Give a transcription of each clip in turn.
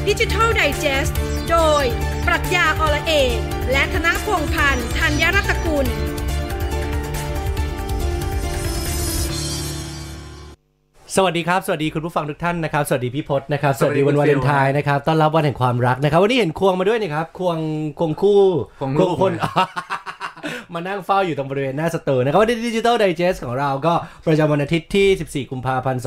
Digital Digest โดยปรัชญาอรเอกและธนพงษ์พันธ์ธัญรัตนกุลสวัสดีครับสวัสดีคุณผู้ฟังทุกท่านนะครับสวัสดีพี่พจน์นะครับสวัสดีวันวาเลนไทน์นะครับต้อนรับวันแห่งความรักนะครับวันนี้เห็นควงมาด้วยนะครับควงคู่ควงคนมานั่งเฝ้าอยู่ตรงบริเวณหน้าสตูนะครับวันนี้ Digital Digest ของเราก็ประจำวันอาทิตย์ที่14กุมภาพันธ์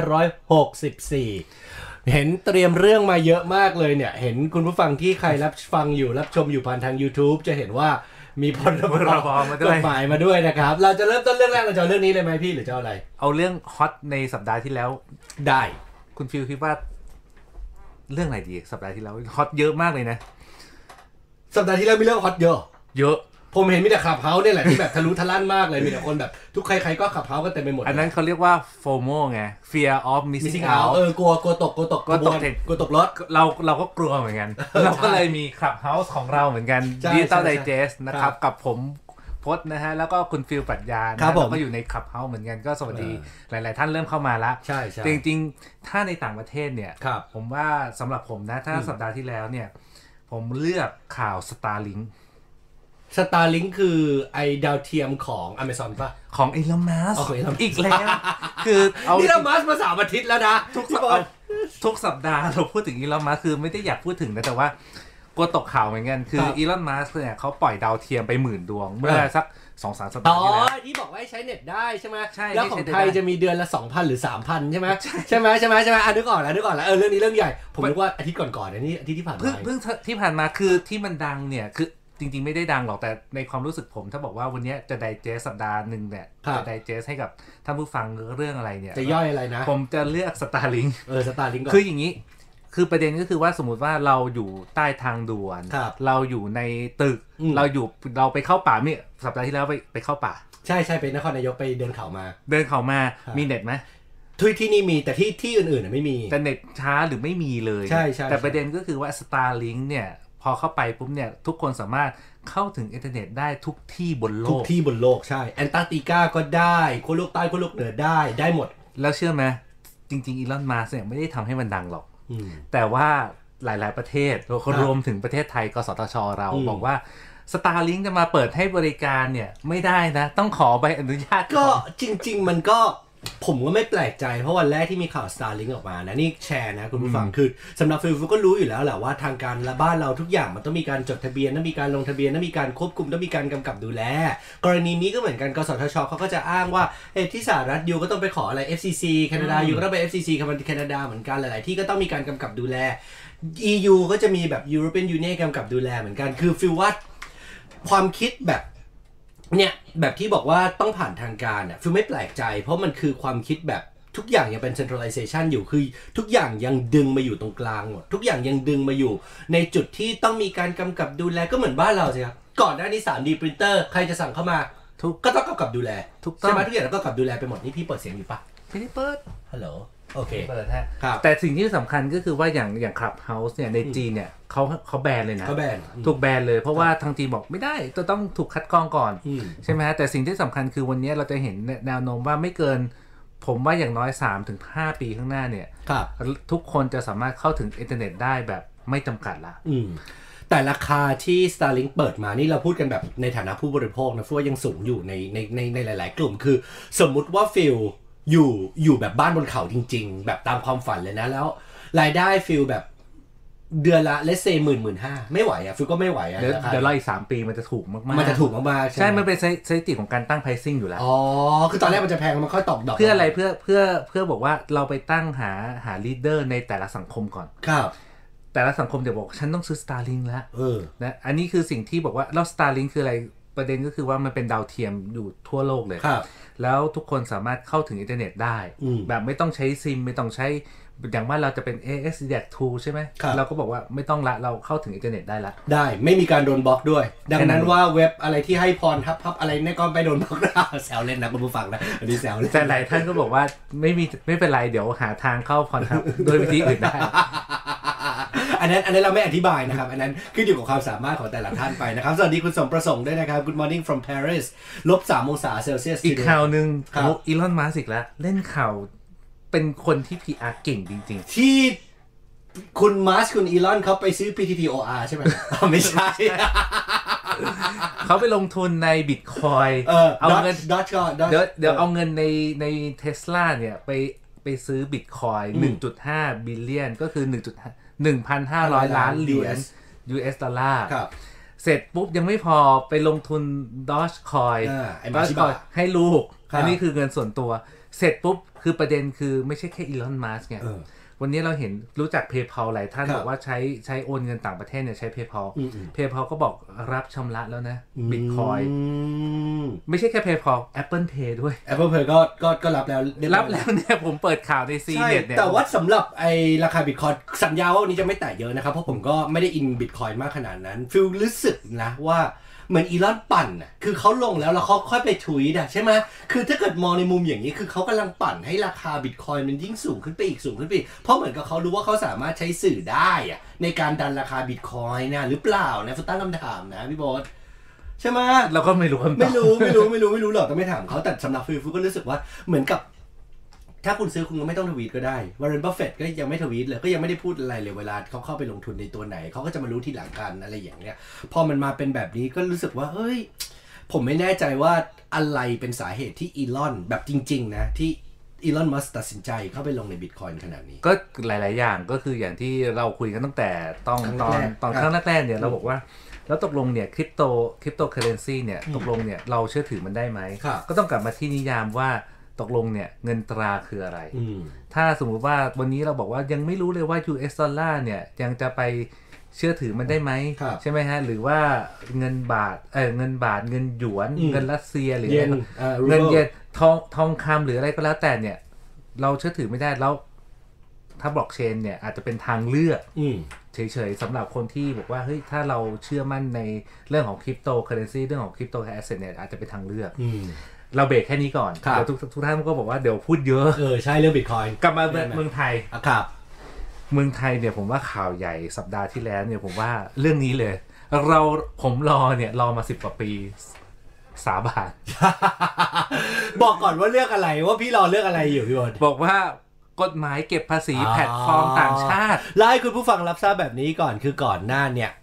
2564เห็นเตรียมเรื่องมาเยอะมากเลยเนี่ยเห็นคุณผู้ฟังที่ใครรับฟังอยู่รับชมอยู่ผ่านทาง YouTube จะเห็นว่ามีพรบกฎหมายมาด้วยนะครับเราจะเริ่มต้นเรื่องแรกเราจะเรื่องนี้เลยไหมพี่หรือจะอะไรเอาเรื่องฮอตในสัปดาห์ที่แล้วได้คุณฟิลคิดว่าเรื่องอะไรดีสัปดาห์ที่แล้วฮอตเยอะมากเลยนะสัปดาห์ที่แล้วมีเรื่องฮอตเยอะผมเห็นมีแต่ขับเฮาส์เนี่ยแหละที่แบบทะลุทะลั่นมากเลยมีแต่คนแบบทุกใครก็ขับเฮาส์กันเต็มไปหมดอันนั้นเขาเรียกว่า FOMO ไง Fear of Missing Out กลัวตกรถเราก็กลัวเหมือนกันเราก็เลยมีขับเฮาส์ของเราเหมือนกัน Digital Digest นะครับกับผมพจน์นะฮะแล้วก็คุณฟิลปรัชญาเราก็อยู่ในขับเฮาส์เหมือนกันก็สวัสดีหลายๆท่านเริ่มเข้ามาแล้วใช่จริงๆถ้าในต่างประเทศเนี่ยผมว่าสำหรับผมนะถ้าสัปดาห์ที่แล้วเนี่ยผมเลือกข่าว Starlink Starlink คือไอดาวเทียมของ Amazon ป่ะของอีลอนมัสก์อีกแล้วคือเอาอีลอนมัสก์มา3 อาทิตย์แล้วนะทุกสัปดาห์เราพูดถึงอีลอนมัสก์คือไม่ได้อยากพูดถึงนะแต่ว่ากลัวตกข่าวเหมือนกันคืออีลอนมัสก์เนี่ยเขาปล่อยดาวเทียมไป10,000 ดวงเมื่อสัก 2-3 สัปดาห์ที่แล้วที่บอกว่าใช้เน็ตได้ใช่ไหมแล้วของไทยจะมีเดือนละ 2,000 หรือ 3,000 ใช่ไหมใช่ไหมนึกออกแล้วเรื่องนี้เรื่องใหญ่ผมนึกว่าอาทิตย์ก่อนๆนี่อาทิตย์ที่ผ่านมาเพิ่งที่ผ่านมาคือที่มันดังเนี่ยคือจริงๆไม่ได้ดังหรอกแต่ในความรู้สึกผมถ้าบอกว่าวันนี้จะไดเจสสัปดาห์นึงเนี่ยจะไดเจสให้กับท่านผู้ฟังเรื่องอะไรเนี่ยจะย่อยอะไรนะผมจะเลือก Starlink Starlink ก่อนคืออย่างนี้คือประเด็นก็คือว่าสมมุติว่าเราอยู่ใต้ทางด่วนเราอยู่ในตึกเราไปเข้าป่ามีสัปดาห์ที่แล้วไปเข้าป่าใช่ไปนครนายกไปเดินเขามามีเน็ตไหมที่นี่มีแต่ที่อื่นๆไม่มีแต่เน็ตช้าหรือไม่มีเลยใช่แต่ประเด็นก็คือว่า Starlink เนี่ยพอเข้าไปปุ๊บเนี่ยทุกคนสามารถเข้าถึงอินเทอร์เน็ตได้ทุกที่บนโลกใช่แอนตาร์กติกาก็ได้ขั้วโลกใต้ขั้วโลกเหนือได้หมดแล้วเชื่อไหมจริงๆอีลอนมัสก์เนี่ยไม่ได้ทำให้มันดังหรอกแต่ว่าหลายๆประเทศรวมถึงประเทศไทยกสทช.เราบอกว่า Starlink จะมาเปิดให้บริการเนี่ยไม่ได้นะต้องขอใบอนุญาตก็จริงๆมันก็ผมก็ไม่แปลกใจเพราะวันแรกที่มีข่าว Starlink ออกมานะนี่แชร์นะคุณผู้ฟังคือสำหรับฟิลก็รู้อยู่แล้วแหละว่าทางการและบ้านเราทุกอย่างมันต้องมีการจดทะเบียนต้องมีการลงทะเบียนต้องมีการควบคุมต้องมีการกำกับดูแลกรณีนี้ก็เหมือนกันกสทช.เขาก็จะอ้างว่าที่สหรัฐยูก็ต้องไปขออะไร FCC แคนาดายูก็ต้องไป FCC แคนาดาเหมือนกันหลายๆที่ก็ต้องมีการกำกับดูแล EU ก็จะมีแบบ European Union กำกับดูแลเหมือนกันคือฟิลว่าความคิดแบบเนี่ยแบบที่บอกว่าต้องผ่านทางการอ่ะคือไม่แปลกใจเพราะมันคือความคิดแบบทุกอย่างยังเป็น centralization อยู่คือทุกอย่างยังดึงมาอยู่ตรงกลางหมดทุกอย่างยังดึงมาอยู่ในจุดที่ต้องมีการกำกับดูแลก็เหมือนบ้านเราสิครับก่อนหน้านี้ 3D printer ใครจะสั่งเข้ามาก็ต้องกำกับดูแลใช่ไหมทุกอย่างก็กำกับดูแลไปหมดนี่พี่เปิดเสียงอยู่ปะไม่ได้เปิดฮัลโหลโอเคเปิดฮะแต่สิ่งที่สำคัญก็คือว่าอย่าง Clubhouse เนี่ยในจีนเนี่ยเขาแบนเลยนะถูกแบนเลยเพราะว่าทางจีนบอกไม่ได้จะต้องถูกคัดกรองก่อนใช่ไหมฮะแต่สิ่งที่สำคัญคือวันนี้เราจะเห็นแนวโน้มว่าไม่เกินผมว่าอย่างน้อย 3-5 ปีข้างหน้าเนี่ยทุกคนจะสามารถเข้าถึงอินเทอร์เน็ตได้แบบไม่จำกัดละแต่ราคาที่ Starlink เปิดมานี่เราพูดกันแบบในฐานะผู้บริโภคนะว่ายังสูงอยู่ในหลายๆกลุ่มคือสมมุติว่าฟิลอยู่แบบบ้านบนเขาจริงๆแบบตามความฝันเลยนะแล้วรายได้ฟิลแบบเดือนละเลสเซ 10,000-15,000 ไม่ไหวอ่ะฟิลก็ไม่ไหวอ่ะเดี๋ยวรออีก3 ปีมันจะถูกมากๆมันจะถูกมากๆใช่มันเป็นสถิติของการตั้ง pricing อยู่แล้วอ๋อคือตอนแรกมันจะแพงมันค่อยตอกดอกเพื่ออะไรเพื่อบอกว่าเราไปตั้งหา leader ในแต่ละสังคมก่อนครับแต่ละสังคมจะบอกฉันต้องซื้อ Starlink แล้วนะอันนี้คือสิ่งที่บอกว่าแล้ว Starlink คืออะไรประเด็นก็คือว่ามันเป็นดาวเทียมอยู่ทั่วโลกเลยแล้วทุกคนสามารถเข้าถึงอินเทอร์เน็ตได้แบบไม่ต้องใช้ซิมไม่ต้องใช้อย่างว่าเราจะเป็น AXDAC2 ใช่ไหมเราก็บอกว่าไม่ต้องละเราเข้าถึงอินเทอร์เน็ตได้ละได้ไม่มีการโดนบล็อกด้วยดังนั้นว่าเว็บอะไรที่ให้พรทับอะไรเนี่ยก็ไม่โดนบล็อกนะแซวเล่นนะคุณผู้ฟังนะอันนี้แซวเล่นแต่หลายท่านก็บอกว่าไม่เป็นไรเดี๋ยวหาทางเข้าพรทับโดยวิธีอื่นได้อันนั้นเราไม่อธิบายนะครับอันนั้นขึ้นอยู่กับความสามารถของแต่ละท่านไปนะครับสวัสดีคุณสมประสงค์ด้วยนะครับ Good morning from Paris -3 องศาเซลเซียสอีกข่าวนึงอีลอนมัสก์อีกแล้วเล่นข่าวเป็นคนที่ PR เก่งจริงๆที่คุณมาร์ชคุณอีลอนเขาไปซื้อ PTTOR ใช่ไหม ไม่ใช่เขาไปลงทุนในบิตคอยเอาเงินเดี๋ยวเอาเงินใน Tesla เนี่ยไปซื้อบิตคอย 1.5 บิลเลียนก็คือ 1,500 ล้านเหรียญ US ดอลลาร์เสร็จปุ๊บยังไม่พอไปลงทุน Dogecoin ให้ลูกอันนี้คือเงินส่วนตัวเสร็จปุ๊บคือประเด็นคือไม่ใช่แค่อีลอนมัสก์ไงวันนี้เราเห็นรู้จัก PayPal หลายท่านบอกว่าใช้โอนเงินต่างประเทศเนี่ยใช้ PayPal ก็บอกรับชำระแล้วนะ Bitcoin ไม่ใช่แค่ PayPal Apple Pay ด้วย Apple Pay ก็รับแล้วเนี่ยผมเปิดข่าวใน CNET เนี่ยแต่ว่าสำหรับไอราคา Bitcoin สัญญาว่าวันนี้จะไม่แตะเยอะนะครับเพราะผมก็ไม่ได้อิน Bitcoin มากขนาดนั้นฟิลรู้สึกนะว่าเหมือนอีลอนปั่นน่ะคือเขาลงแล้วเขาค่อยไปทวีตอ่ะใช่ไหมคือถ้าเกิดมองในมุมอย่างนี้คือเขากำลังปั่นให้ราคาบิตคอยน์มันยิ่งสูงขึ้นไปอีกเพราะเหมือนกับเขารู้ว่าเขาสามารถใช้สื่อได้อ่ะในการดันราคาบิตคอยน์นะหรือเปล่านะตั้งคำถามนะพี่บอสใช่ไหมเราก็ไม่รู้ไม่รู้หรอกต้องไม่ถามเขาแต่สำหรับฟิลก็รู้สึกว่าเหมือนกับถ้าคุณซื้อคุณก็ไม่ต้องทวีตก็ได้วอร์เรน บัฟเฟตต์ก็ยังไม่ทวีตเลยก็ยังไม่ได้พูดอะไรเลยเวลาเขาเข้าไปลงทุนในตัวไหนเขาก็จะมารู้ทีหลังกันอะไรอย่างเงี้ยพอมันมาเป็นแบบนี้ก็รู้สึกว่าเฮ้ยผมไม่แน่ใจว่าอะไรเป็นสาเหตุที่อีลอนแบบจริงๆนะที่อีลอนมัสก์ตัดสินใจเข้าไปลงในบิตคอยน์ขนาดนี้ก็หลายๆอย่างก็คืออย่างที่เราคุยกันตั้งแต่ตอนครั้งแรกๆเนี่ยเราบอกว่าแล้วตกลงเนี่ยคริปโตเคอเรนซีเนี่ยตกลงเนี่ยเราเชื่อถือมันได้ไหมก็ต้องกลับมาที่นิยามว่าตกลงเนี่ยเงินตราคืออะไรถ้าสมมุติว่าวันนี้เราบอกว่ายังไม่รู้เลยว่า US ดอลลาร์เนี่ยยังจะไปเชื่อถือมันได้ไหมใช่ไหมฮะหรือว่าเงินบาทเงินหยวนเงินรัสเซียหรือเงินเยนทองคำหรืออะไรก็แล้วแต่เนี่ยเราเชื่อถือไม่ได้แล้วถ้าบล็อกเชนเนี่ยอาจจะเป็นทางเลือกเฉยๆสำหรับคนที่บอกว่าเฮ้ยถ้าเราเชื่อมั่นในเรื่องของคริปโตเคอเรนซีเรื่องของคริปโตแอสเซทเนี่ยอาจจะเป็นทางเลือกเราเบรกแค่นี้ก่อนเดี๋ยวทุกท่านก็บอกว่าเดี๋ยวพูดเยอะใช่เรื่องบิตคอยน์กลับมาเมืองไทยครับเมืองไทยเนี่ยผมว่าข่าวใหญ่สัปดาห์ที่แล้วเนี่ยผมว่าเรื่องนี้เลยผมรอมา10 กว่าปีสาบานบอกก่อนว่าเรื่องอะไรว่าพี่รอเรื่องอะไรอยู่พี่บอลบอกว่ากฎหมายเก็บภาษีแพลตฟอร์มต่างชาติไล่คุณผู้ฟังรับทราบแบบนี้ก่อนคือก่อนหน้าเนี่ย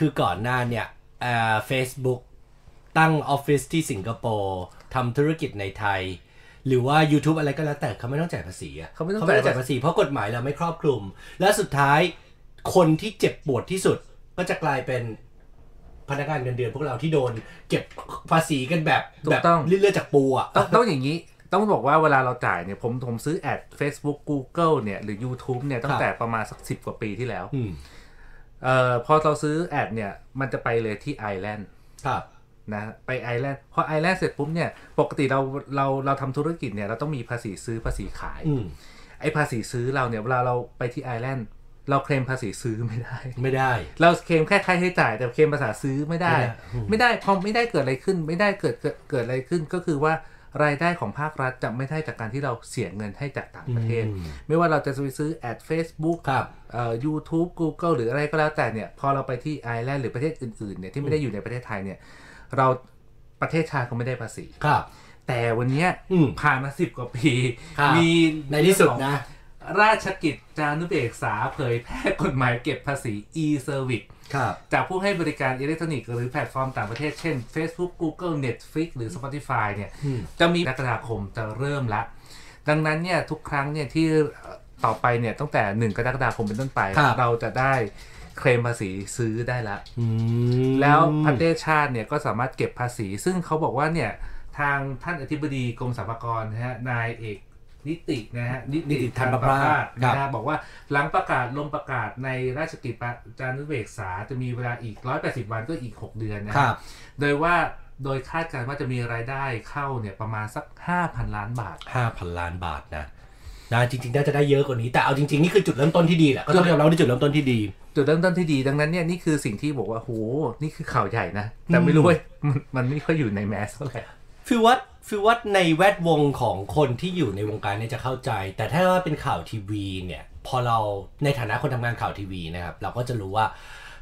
Facebook ตั้งออฟฟิศที่สิงคโปร์ทำธุรกิจในไทยหรือว่า YouTube อะไรก็แล้วแต่เขาไม่ต้องจ่ายภาษีเขาไม่ต้องจ่ายภาษีเพราะกฎหมายเราไม่ครอบคลุมและสุดท้ายคนที่เจ็บปวดที่สุดก็จะกลายเป็นพนักงานเงินเดือนพวกเราที่โดนเก็บภาษีกันแบบเลื่อยๆจากปูอ่ะต้องอย่างนี้ต้องบอกว่าเวลาเราจ่ายเนี่ยผมซื้อแอด Facebook Google เนี่ยหรือ YouTube เนี่ยตั้งแต่ประมาณสัก10 กว่าปีที่แล้วพอเราซื้อแอดเนี่ยมันจะไปเลยที่ไอร์แลนด์นะไปไอร์แลนด์พอไอร์แลนด์เสร็จปุ๊บเนี่ยปกติเราทำธุรกิจเนี่ยเราต้องมีภาษีซื้อภาษีขายไอ้ภาษีซื้อเราเนี่ยเวลาเราไปที่ไอร์แลนด์เราเคลมภาษีซื้อไม่ได้เราเคลมแค่ค่าใช้จ่ายแต่เคลมภาษีซื้อไม่ได้พอไม่ได้เกิดอะไรขึ้นไม่ได้เกิดอะไรขึ้นก็คือว่ารายได้ของภาครัฐจะไม่ได้จากการที่เราเสียเงินให้จากต่างประเทศไม่ว่าเราจะไปซื้อแอด Facebook YouTube Google หรืออะไรก็แล้วแต่เนี่ยพอเราไปที่ไอร์แลนด์หรือประเทศอื่นๆเนี่ยที่ไม่ได้อยู่ในประเทศไทยเนี่ยเราประเทศชาติเขาไม่ได้ภาษีแต่วันนี้ผ่านมา10 กว่าปีมีในที่สุดนะราชกิจจานุเบกษาเผยแพร่กฎหมายเก็บภาษี e-service จากผู้ให้บริการอิเล็กทรอนิกส์หรือแพลตฟอร์มต่างประเทศเช่น Facebook Google Netflix หรือ Spotify เนี่ยจะมีกรกฎาคมจะเริ่มละดังนั้นเนี่ยทุกครั้งเนี่ยที่ต่อไปเนี่ยตั้งแต่1 กรกฎาคมเป็นต้นไปเราจะได้เคลมภาษีซื้อได้ละแล้วประเทศชาติเนี่ยก็สามารถเก็บภาษีซึ่งเขาบอกว่าเนี่ยทางท่านอธิบดีกรมสรรพากรนะฮะนายเอกนิติธันประภาสนะบอกว่าหลังประกาศในราชกิจจานุเบกษาจะมีเวลาอีก180 วันก็อีก6 เดือนนะครับโดยคาดการณ์ว่าจะมีรายได้เข้าเนี่ยประมาณสัก 5,000 ล้านบาท 5,000 ล้านบาทนะจริงๆน่าจะได้เยอะกว่านี้แต่เอาจริงๆนี่คือจุดเริ่มต้นที่ดีแหละก็ต้องยอมรับว่าจุดเริ่มต้นที่ดีดังนั้นเนี่ยนี่คือสิ่งที่บอกว่าโหนี่คือข่าวใหญ่นะแต่ไม่รู้ว่ามันไม่ค่อยอยู่ในแมสเท่าไหร่ฟิลวัดในแวดวงของคนที่อยู่ในวงการนี้จะเข้าใจแต่ถ้าว่าเป็นข่าวทีวีเนี่ยพอเราในฐานะคนทำงานข่าวทีวีนะครับเราก็จะรู้ว่า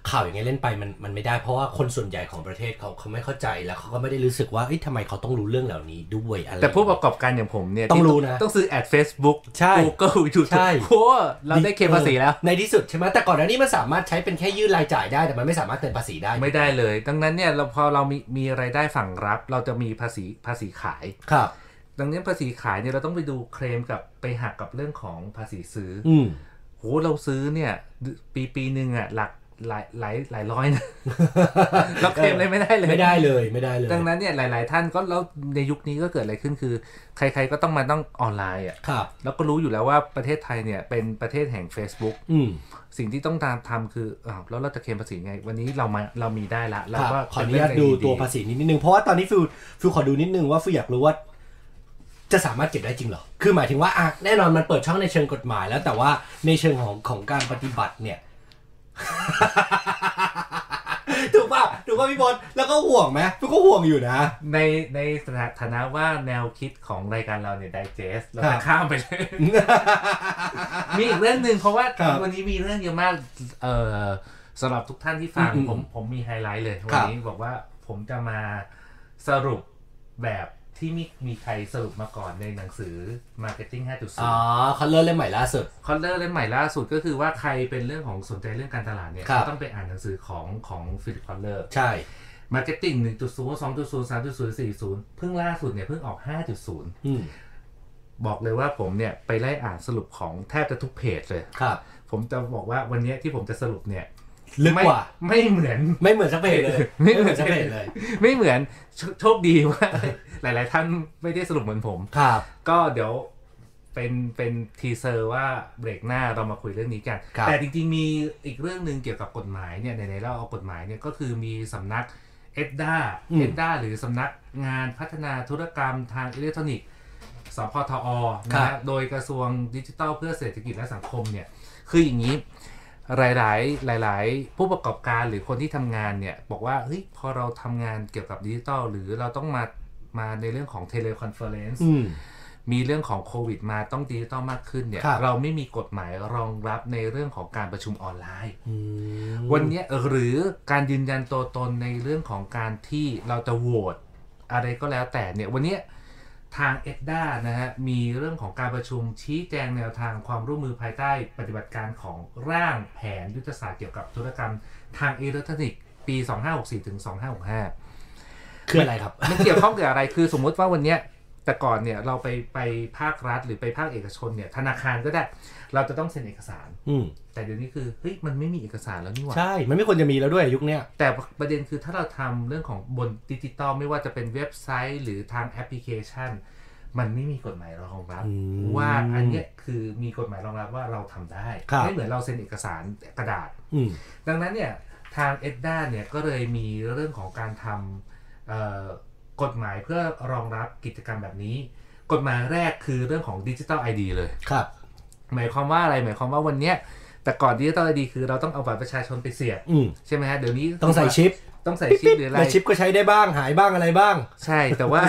ข่าวอย่างเงี้ยเล่นไปมันไม่ได้เพราะว่าคนส่วนใหญ่ของประเทศเขาไม่เข้าใจแล้วเขาก็ไม่ได้รู้สึกว่าทำไมเขาต้องรู้เรื่องเหล่านี้ด้วยอะไรแต่ผู้ประกอบการอย่างผมเนี่ยต้องรู้นะต้องซื้อแอด Facebook Google YouTube โอ้เราได้เคลมภาษีแล้วในที่สุดใช่ไหมแต่ก่อนหน้านี้มันสามารถใช้เป็นแค่ยื่นรายจ่ายได้แต่มันไม่สามารถเตือนภาษีได้ไม่ได้เลยดังนั้นเนี่ยพอเรามีรายได้ฝั่งรับเราจะมีภาษีขายครับดังนั้นภาษีขายเนี่ยเราต้องไปดูเคลมกับไปหักกับเรื่องของภาษีซื้อโหเราซื้อเนี่ยปีนึงอ่ะหลักหลายร้อยนะเราเคลมเลยไม่ได้เลยไม่ได้เลยดังนั้นเนี่ยหลายๆท่านก็แล้วในยุคนี้ก็เกิดอะไรขึ้นคือใครๆก็ต้องออนไลน์อ่ะแล้วก็รู้อยู่แล้วว่าประเทศไทยเนี่ยเป็นประเทศแห่ง Facebook สิ่งที่ต้องทำคือแล้วเราจะเคลมภาษีไงวันนี้เรามีได้ละแล้วก็ขออนุญาตดูตัวภาษีนิดนึงเพราะว่าตอนนี้ฟิวขอดูนิดนึงว่าฟิวอยากรู้ว่าจะสามารถเก็บได้จริงเหรอคือหมายถึงว่าแน่นอนมันเปิดช่องในเชิงกฎหมายแล้วแต่ว่าในเชิงของการปฏิบัติเนี่ย ถูกป่ะพี่บอลแล้วก็ห่วงไหมพี่ก็ห่วงอยู่นะในฐานะว่าแนวคิดของรายการเราเนี่ยไดเจสเราจะข้ามไปเลย มีอีกเรื่องนึงเพราะว่าวันนี้มีเรื่องเยอะมากสำหรับทุกท่านที่ฟังผมมีไฮไลท์เลยวันนี้บอกว่าผมจะมาสรุปแบบที่มีใครสรุปมาก่อนในหนังสือ Marketing 5.0 คอลเลอร์เล่มใหม่ล่าสุดก็คือว่าใครเป็นเรื่องของสนใจเรื่องการตลาดเนี่ยก็ต้องไปอ่านหนังสือของฟิลิป คอลเลอร์ใช่ Marketing 1.0 2.0 3.0 4.0 เพิ่งล่าสุดเนี่ยเพิ่งออก 5.0 บอกเลยว่าผมเนี่ยไปไล่อ่านสรุปของแทบจะทุกเพจเลยครับผมจะบอกว่าวันนี้ที่ผมจะสรุปเนี่ยลึกกว่าไม่เหมือนสักเพจเลยไม่เหมือนสักเพจเลยไม่เหมือนโชคดีว่าหลายๆท่านไม่ได้สรุปเหมือนผมครับก็เดี๋ยวเป็นทีเซอร์ว่าเบรกหน้าเรามาคุยเรื่องนี้กันแต่จริงๆมีอีกเรื่องนึงเกี่ยวกับกฎหมายเนี่ยในเราเอากฎหมายเนี่ยก็คือมีสำนักเอ็ดด้าหรือสำนักงานพัฒนาธุรกรรมทางอิเล็กทรอนิกส์สพทอนะฮะโดยกระทรวงดิจิทัลเพื่อเศรษฐกิจและสังคมเนี่ยคืออย่างนี้หลายผู้ประกอบการหรือคนที่ทำงานเนี่ยบอกว่าเฮ้ยพอเราทำงานเกี่ยวกับดิจิทัลหรือเราต้องมาในเรื่องของเทเลคอนเฟอเรนซ์มีเรื่องของโควิดมาต้องดิจิทัลมากขึ้นเนี่ยเราไม่มีกฎหมายรองรับในเรื่องของการประชุมออนไลน์วันนี้หรือการยืนยันตัวตนในเรื่องของการที่เราจะโหวตอะไรก็แล้วแต่เนี่ยวันนี้ทางเอ็ดด้านะฮะมีเรื่องของการประชุมชี้แจงแนวทางความร่วมมือภายใต้ปฏิบัติการของร่างแผนยุทธศาสตร์เกี่ยวกับธุรกรรมทางอิเล็กทรอนิกส์ปี 2564 ถึง 2565 คืออะไรครับมันเกี่ยวข้องกับอะไรคือสมมติว่าวันนี้แต่ก่อนเนี่ยเราไปภาครัฐหรือไปภาคเอกชนเนี่ยธนาคารก็ได้เราจะต้องเซ็นเอกสารแต่เดี๋ยวนี้คือเฮ้ยมันไม่มีเอกสารแล้วนี่หว่าใช่มันไม่ควรจะมีแล้วด้วยยุคนี้แต่ประเด็นคือถ้าเราทำเรื่องของบนดิจิตอลไม่ว่าจะเป็นเว็บไซต์หรือทางแอปพลิเคชันมันไม่มีกฎหมายรองรับว่าอันนี้คือมีกฎหมายรองรับว่าเราทำได้ไม่เหมือนเราเซ็นเอกสารกระดาษดังนั้นเนี่ยทางเอ็ดด้าเนี่ยก็เลยมีเรื่องของการทำกฎหมายเพื่อรองรับกิจกรรมแบบนี้กฎหมายแรกคือเรื่องของ Digital ID เลยครับหมายความว่าอะไรหมายความว่าวันนี้แต่ก่อน Digital ID คือเราต้องเอาบัตรประชาชนไปเสียบใช่ไหมฮะเดี๋ยวนี้ต้องใส่ชิปหรืออะไรชิปก็ใช้ได้บ้างหายบ้างอะไรบ้างใช่แต่ว่า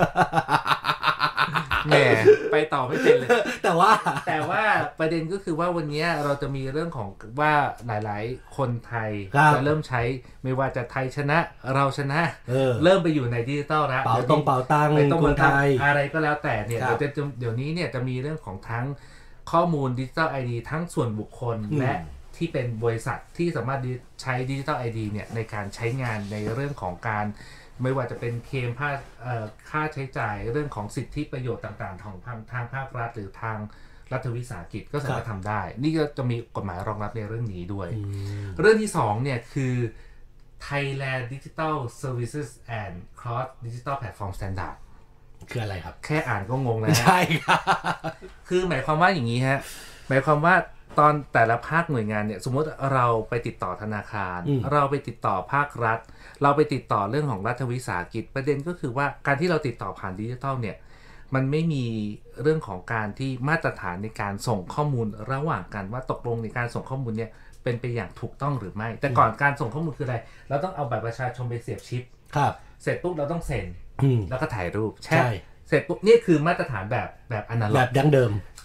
แหมไปต่อไม่เป็นเลยแต่ว่าประเด็นก็คือว่าวันนี้เราจะมีเรื่องของว่าหลายๆคนไทยจะเริ่มใช้ไม่ว่าจะไทยชนะเราชนะเริ่มไปอยู่ในดิจิตอลแล้วเป๋าตังคนไทยอะไรก็แล้วแต่เนี่ยเดี๋ยวนี้เนี่ยจะมีเรื่องของทั้งข้อมูล Digital ID ทั้งส่วนบุคคลและที่เป็นบริษัทที่สามารถใช้ Digital ID เนี่ยในการใช้งานในเรื่องของการไม่ว่าจะเป็นเคลมค่าใช้จ่ายเรื่องของสิทธิประโยชน์ต่างๆของทางภาครัฐหรือทางรัฐวิสาหกิจก็สามารถทำได้นี่ก็จะมีกฎหมายรองรับในเรื่องนี้ด้วยเรื่องที่2เนี่ยคือ Thailand Digital Services and Cross Digital Platform Standard คืออะไรครับแค่อ่านก็งงแล้วใช่ครับคือหมายความว่าอย่างนี้ฮะหมายความว่าตอนแต่ละภาคหน่วยงานเนี่ยสมมติเราไปติดต่อธนาคารเราไปติดต่อภาครัฐเราไปติดต่อเรื่องของรัฐวิสาหกิจประเด็นก็คือว่าการที่เราติดต่อผ่านดิจิทัลเนี่ยมันไม่มีเรื่องของการที่มาตรฐานในการส่งข้อมูลระหว่างกันว่าตกลงในการส่งข้อมูลเนี่ยเป็นไปอย่างถูกต้องหรือไม่แต่ก่อนการส่งข้อมูลคืออะไรเราต้องเอาบัตรประชาชนไปเสียบชิปเสร็จปุ๊บเราต้องเซ็นแล้วก็ถ่ายรูปใช่เสร็จปุ๊บนี่คือมาตรฐานแบบอนาล็อกแบบดั้งเดิมแบบ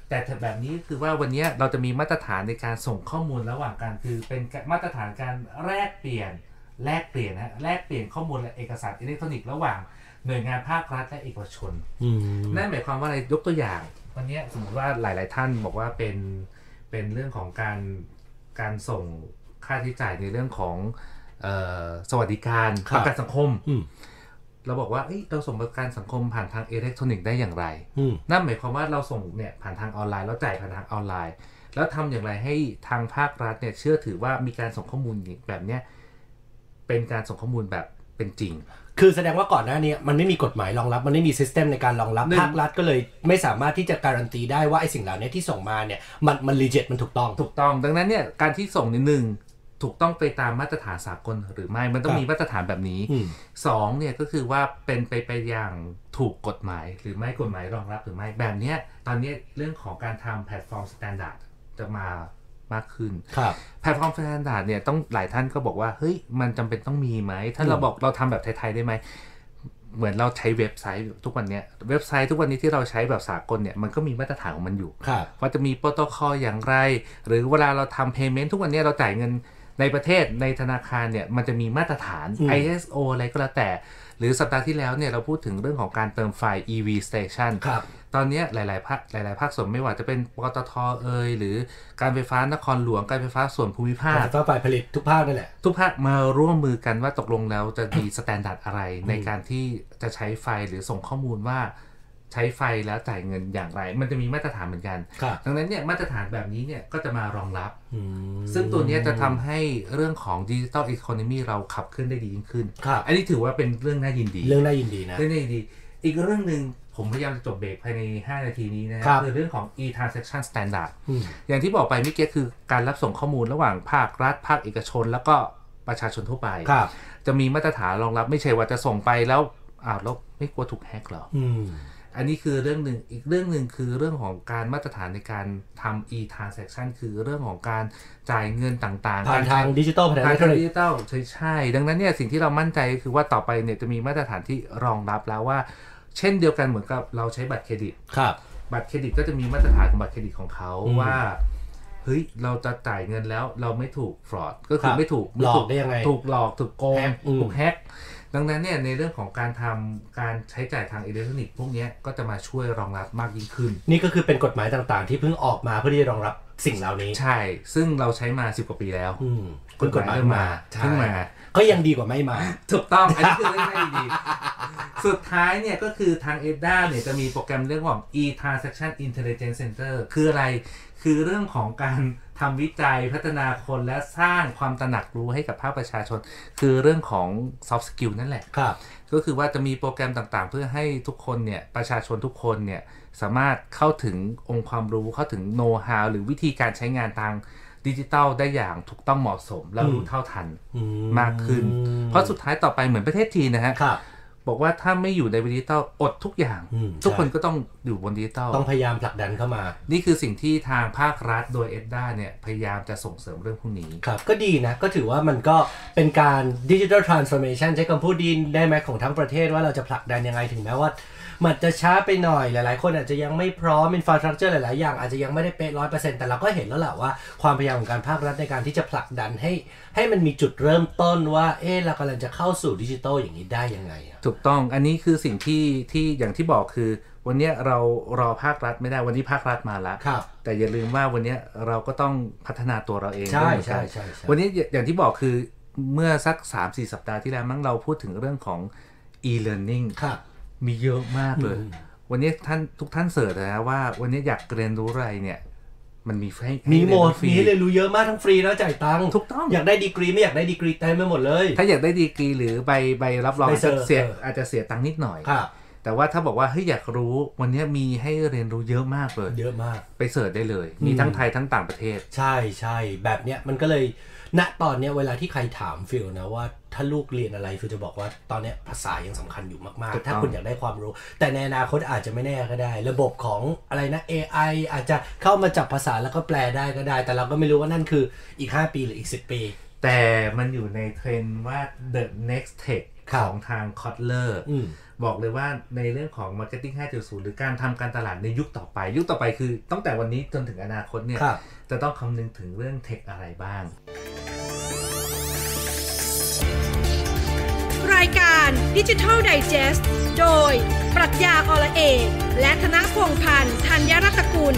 แต่แบบนี้คือว่าวันนี้เราจะมีมาตรฐานในการส่งข้อมูลระหว่างกันคือเป็นมาตรฐานการแลกเปลี่ยนข้อมูลและเอกสารอิเล็กทรอนิกส์ระหว่างหน่วยงานภาครัฐและเอกชนนั่นหมายความว่าอะไรยกตัวอย่างวันนี้สมมติว่าหลายๆท่านบอกว่าเป็นเรื่องของการส่งค่าใช้จ่ายในเรื่องของสวัสดิการประกันสังคมเราบอกว่าเราส่งประกันสังคมผ่านทางอิเล็กทรอนิกส์ได้อย่างไรนั่นหมายความว่าเราส่งเนี่ยผ่านทางออนไลน์แล้วจ่ายผ่านทางออนไลน์แล้วทำอย่างไรให้ทางภาครัฐเนี่ยเชื่อถือว่ามีการส่งข้อมูลแบบเนี้ยเป็นการส่งข้อมูลแบบเป็นจริงคือแสดงว่าก่อนหน้านี้มันไม่มีกฎหมายรองรับมันไม่มีซิสเต็มในการรองรับภาครัฐก็เลยไม่สามารถที่จะการันตีได้ว่าไอ้สิ่งเหล่านี้ที่ส่งมาเนี่ยมันลีเจิตมันถูกต้องดังนั้นเนี่ยการที่ส่งนิดนึงถูกต้องไปตามมาตรฐานสากลหรือไม่มันต้องมีมาตรฐานแบบนี้2เนี่ยก็คือว่าเป็นไปอย่างถูกกฎหมายหรือไม่กฎหมายรองรับหรือไม่แบบเนี้ยตอนนี้เรื่องของการทำแพลตฟอร์มสแตนดาร์ดจะมามากขึ้นแพลตฟอร์มสแตนดาร์ดเนี่ยต้องหลายท่านก็บอกว่าเฮ้ยมันจำเป็นต้องมีไหมถ้าเราบอกเราทำแบบไทยๆได้ไหมเหมือนเราใช้เว็บไซต์ทุกวันนี้เว็บไซต์ทุกวันนี้ที่เราใช้แบบสากลเนี่ยมันก็มีมาตรฐานของมันอยู่ว่าจะมีโปรโตคอลอย่างไรหรือเวลาเราทำ payment ทุกวันนี้เราจ่ายเงินในประเทศในธนาคารเนี่ยมันจะมีมาตรฐาน ISO อะไรก็แล้วแต่หรือสัปดาห์ที่แล้วเนี่ยเราพูดถึงเรื่องของการเติมไฟล์ EV Station ตอนนี้หลายๆภาคส่วนไม่ว่าจะเป็นปตท.หรือการไฟฟ้านครหลวงการไฟฟ้าส่วนภูมิภาคการไฟฟ้าฝ่ายผลิตทุกภาคนั่นแหละทุกภาคมาร่วมมือกันว่าตกลงแล้วจะมีสแตนดาร์ดอะไรในการที่จะใช้ไฟหรือส่งข้อมูลว่าใช้ไฟแล้วจ่ายเงินอย่างไรมันจะมีมาตรฐานเหมือนกันดังนั้นเนี่ยมาตรฐานแบบนี้เนี่ยก็จะมารองรับซึ่งตัวนี้จะทำให้เรื่องของ Digital Economy เราขับเคลื่อนได้ดียิ่งขึ้นอันนี้ถือว่าเป็นเรื่องน่ายินดีนะเรื่องน่ายินดีอีกเรื่องนึงผมพยายามจะจบเบรกภายใน5นาทีนี้นะคือเรื่องของ e-transaction standard อย่างที่บอกไปเมื่อกี้คือการรับส่งข้อมูลระหว่างภาครัฐภาคเอกชนแล้วก็ประชาชนทั่วไปจะมีมาตรฐานรองรับไม่ใช่ว่าจะส่งไปแล้วแล้วไม่กลัวถูกแฮกหรออันนี้คือเรื่องหนึ่งอีกเรื่องหนึ่งคือเรื่องของการมาตรฐานในการทำ e-transaction คือเรื่องของการจ่ายเงินต่างๆผ่านทางดิจิทัลใช่ดังนั้นเนี่ยสิ่งที่เรามั่นใจคือว่าต่อไปเนี่ยจะมีมาตรฐานที่รองรับแล้วว่าเช่นเดียวกันเหมือนกับเราใช้บัตรเครดิตบัตรเครดิตก็จะมีมาตรฐานของบัตรเครดิตของเขาว่าเฮ้ยเราจะจ่ายเงินแล้วเราไม่ถูกฟรอดก็คือไม่ถูกหลอกได้ยังไงถูกหลอกถูกโกงถูกแฮกดังนั้นเนี่ยในเรื่องของการทำการใช้จ่ายทางอิเล็กทรอนิกส์พวกนี้ก็จะมาช่วยรองรับมากยิ่งขึ้นนี่ก็คือเป็นกฎหมายต่างๆที่เพิ่งออกมาเพื่อที่จะรองรับสิ่งเหล่านี้ใช่ซึ่งเราใช้มา10 กว่าปีแล้วกฎหมายเพิ่งมาก็ยังดีกว่าไม่มาถูกต้องอันนี้คือเรื่องไม่ดีสุดท้ายเนี่ยก็คือทาง EDDA เนี่ยจะมีโปรแกรมเรื่องของ e-transaction intelligence center คืออะไรคือเรื่องของการทำวิจัยพัฒนาคนและสร้างความตระหนักรู้ให้กับภาคประชาชนคือเรื่องของ soft skill นั่นแหละก็คือว่าจะมีโปรแกรมต่างๆเพื่อให้ทุกคนเนี่ยประชาชนทุกคนเนี่ยสามารถเข้าถึงองค์ความรู้เข้าถึง know how หรือวิธีการใช้งานทางดิจิทัลได้อย่างถูกต้องเหมาะสมและรู้เท่าทันมากขึ้นเพราะสุดท้ายต่อไปเหมือนประเทศจีนนะฮะบอกว่าถ้าไม่อยู่ในดิจิทัลอดทุกอย่างทุกคนก็ต้องอยู่บนดิจิทัลต้องพยายามผลักดันเข้ามานี่คือสิ่งที่ทางภาครัฐโดย EDDA เนี่ยพยายามจะส่งเสริมเรื่องพวกนี้ครับก็ดีนะก็ถือว่ามันก็เป็นการดิจิทัลทรานส์ฟอร์เมชันใช้คำพูดดีได้ไหมของทั้งประเทศว่าเราจะผลักดันยังไงถึงแม้ว่ามันจะช้าไปหน่อยหลายๆคนอาจจะยังไม่พร้อมอินฟราสตรัคเจอร์หลายๆอย่างอาจจะยังไม่ได้เป๊ะ 100% แต่เราก็เห็นแล้วแหละว่าความพยายามของการภาครัฐในการที่จะผลักดันให้มันมีจุดเริ่มต้นว่าเรากำลังจะเข้าสู่ดิจิทัลอย่างนี้ได้ยังไงถูกต้องอันนี้คือสิ่งที่อย่างที่บอกคือวันนี้เรารอภาครัฐไม่ได้วันนี้ภาครัฐมาแล้วแต่อย่าลืมว่าวันนี้เราก็ต้องพัฒนาตัวเราเองใช่วันนี้อย่างที่บอกคือเมื่อสัก 3-4 สัปดาห์ที่แล้วมั้งเราพูดถึงเรื่องของ e-learningมีเยอะมากเลยวันนี้ทุกท่านเสิร์ชนะว่าวันนี้อยากเรียนรู้อะไรเนี่ยมันมีหมดมีเรียนรู้เยอะมากทั้งฟรีแล้วจ่ายตังค์ถูกต้องอยากได้ดีกรีไม่อยากได้ดีกรีเต็มไปหมดเลยถ้าอยากได้ดีกรีหรือใบรับรองอาจจะเสียตังค์นิดหน่อยแต่ว่าถ้าบอกว่าเฮ้ยอยากรู้วันนี้มีให้เรียนรู้เยอะมากเลยเยอะมากไปเสิร์ชได้เลยมีทั้งไทยทั้งต่างประเทศใช่แบบเนี้ยมันก็เลยณตอนนี้เวลาที่ใครถามฟิลนะว่าถ้าลูกเรียนอะไรฟิลจะบอกว่าตอนนี้ภาษายังสำคัญอยู่มากๆถ้าคุณอยากได้ความรู้แต่ในอนาคตอาจจะไม่แน่ก็ได้ระบบของอะไรนะ AI อาจจะเข้ามาจับภาษาแล้วก็แปลได้ก็ได้แต่เราก็ไม่รู้ว่านั่นคืออีก5 ปีหรืออีก10 ปีแต่มันอยู่ในเทรนด์ว่า the next tech ของทางคอตเลอร์บอกเลยว่าในเรื่องของ Marketing 5.0 หรือการทำการตลาดในยุคต่อไปคือตั้งแต่วันนี้จนถึงอนาคตเนี่ยจะต้องคำนึงถึงเรื่องเทคอะไรบ้างรายการ Digital Digest โดยปรัชญาอรเอกและธนพงษ์พันธ์ธัญรัตนกุล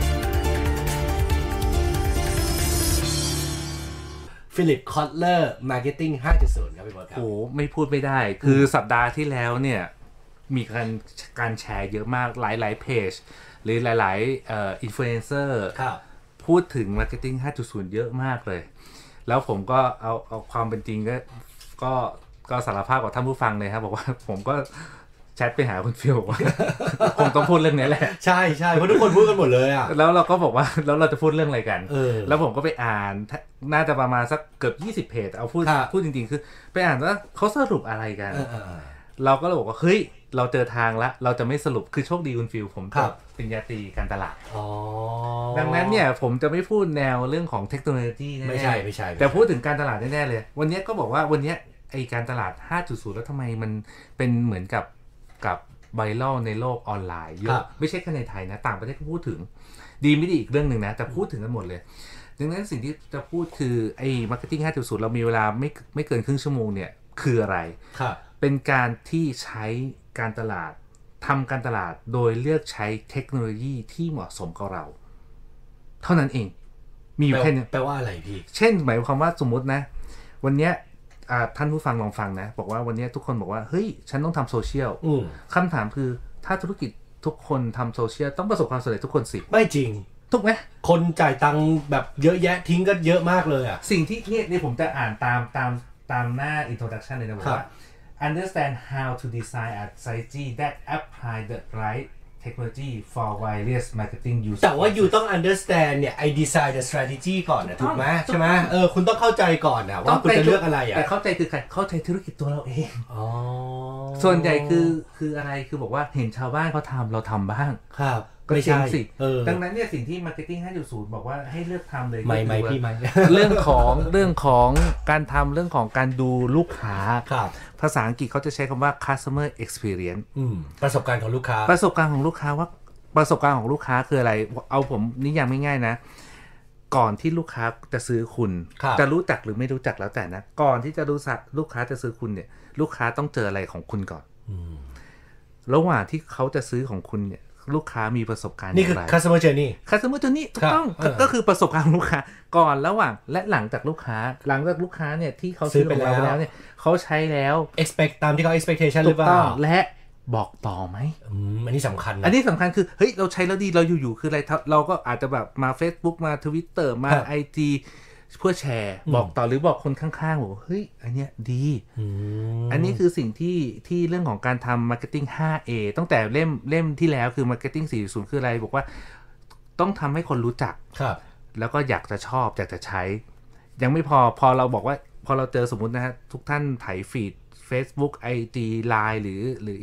ฟิลิปคอตเลอร์ Marketing 5.0 ครับพี่บอสครับโอ้ไม่พูดไม่ได้คือสัปดาห์ที่แล้วเนี่ยมีการแชร์เยอะมากหลายๆเพจหรือหลายๆอินฟลูเอนเซอร์พูดถึง Marketing 5.0 เยอะมากเลยแล้วผมก็เอาความเป็นจริงก็สารภาพกับท่านผู้ฟังเลยครับบอกว่าผมก็แชทไปหาคุณฟิลว่าคงต้องพูดเรื่องนี้แหละใช่ใช่เพราะทุกคนพูดกันหมดเลยอ่ะแล้วเราก็บอกว่าแล้วเราจะพูดเรื่องอะไรกันแล้วผมก็ไปอ่านน่าจะประมาณสักเกือบ20เพจเอาพูดจริงๆคือไปอ่านว่าเขาสรุปอะไรกันเราก็เลยบอกว่าเฮ้ยเราเจอทางละเราจะไม่สรุปคือโชคดีคุณฟิลผมจบปริญญาตรีการตลาดดังนั้นเนี่ยผมจะไม่พูดแนวเรื่องของเทคโนโลยีแน่ๆไม่ใช่แต่พูดถึงการตลาดแน่ๆเลยวันนี้ก็บอกว่าวันนี้ไอการตลาด 5.0 แล้วทำไมมันเป็นเหมือนกับไวรัลในโลกออนไลน์เยอะไม่ใช่แค่ในไทยนะต่างประเทศก็พูดถึงดีไม่ดีอีกเรื่องนึงนะแต่พูดถึงกันหมดเลยดังนั้นสิ่งที่จะพูดคือไอ้ Marketing 5.0 เรามีเวลาไม่เกินครึ่งชั่วโมงเนี่ยคืออะไรเป็นการที่ใช้การตลาดทำการตลาดโดยเลือกใช้เทคโนโลยีที่เหมาะสมกับเราเท่านั้นเองมีอยู่แค่นี้แปลว่าอะไรพี่เช่นหมายความว่าสมมตินะวันนี้ท่านผู้ฟังลองฟังนะบอกว่าวันนี้ทุกคนบอกว่าเฮ้ยฉันต้องทำโซเชียลคำถามคือถ้าธุรกิจทุกคนทำโซเชียลต้องประสบความสำเร็จทุกคนสิไม่จริงถูกไหมคนจ่ายตังค์แบบเยอะแยะทิ้งก็เยอะมากเลยอ่ะสิ่งที่นี่ผมจะอ่านตามหน้า introduction เลยนะบอกว่า understand how to design a strategy that apply the right technology for various marketing use แต่ว่าอยู่ต้อง understand เนี่ย I design the strategy ก่อนนะถูกไหมใช่ไหมคุณต้องเข้าใจก่อนนะว่าคุณจะเลือกอะไรอ่ะแต่เข้าใจคือใครเข้าใจธุรกิจตัวเราเองส่วนใหญ่คืออะไรคือบอกว่าเห็นชาวบ้านเขาทำเราทำบ้างครับก็ใช่สิดังนั้นเนี่ยสิ่งที่ Marketing 5.0 บอกว่าให้เลือกทำเลยไม่พี่ไม่เรื่องของการทำเรื่องของการดูลูกค้าภาษาอังกฤษเขาจะใช้คำว่า customer experience ประสบการณ์ของลูกค้าประสบการณ์ของลูกค้าว่าประสบการณ์ของลูกค้าคืออะไรเอาผมนิยามง่ายๆนะก่อนที่ลูกค้าจะซื้อคุณจะรู้จักหรือไม่รู้จักแล้วแต่นะก่อนที่จะรู้จักลูกค้าจะซื้อคุณเนี่ยลูกค้าต้องเจออะไรของคุณก่อนระหว่างที่เขาจะซื้อของคุณเนี่ยลูกค้ามีประสบการณ์นี่คือ customer journey ถูกต้องก็คือประสบการณ์ลูกค้าก่อนระหว่างและหลังจากลูกค้าเนี่ยที่เขาซื้อของเราแล้วเนี่ยเขาใช้แล้ว expect ตามที่เขา expectation หรือเปล่าและบอกต่อไหมอันนี้สำคัญนะอันนี้สำคัญคือเฮ้ยเราใช้แล้วดีเราอยู่ๆคืออะไรเราก็อาจจะแบบมา Facebook มา Twitter มา IG เพื่อแชร์บอกต่อหรือบอกคนข้างๆบอกเฮ้ยอันเนี้ยดีอันนี้คือสิ่งที่เรื่องของการทำ Marketing 5A ตั้งแต่เล่มที่แล้วคือ Marketing 4.0 คืออะไรบอกว่าต้องทำให้คนรู้จักแล้วก็อยากจะชอบอยากจะใช้ยังไม่พอเราบอกว่าพอเราเจอสมมุตินะฮะทุกท่านไถฟีด Facebook IG Line หรือ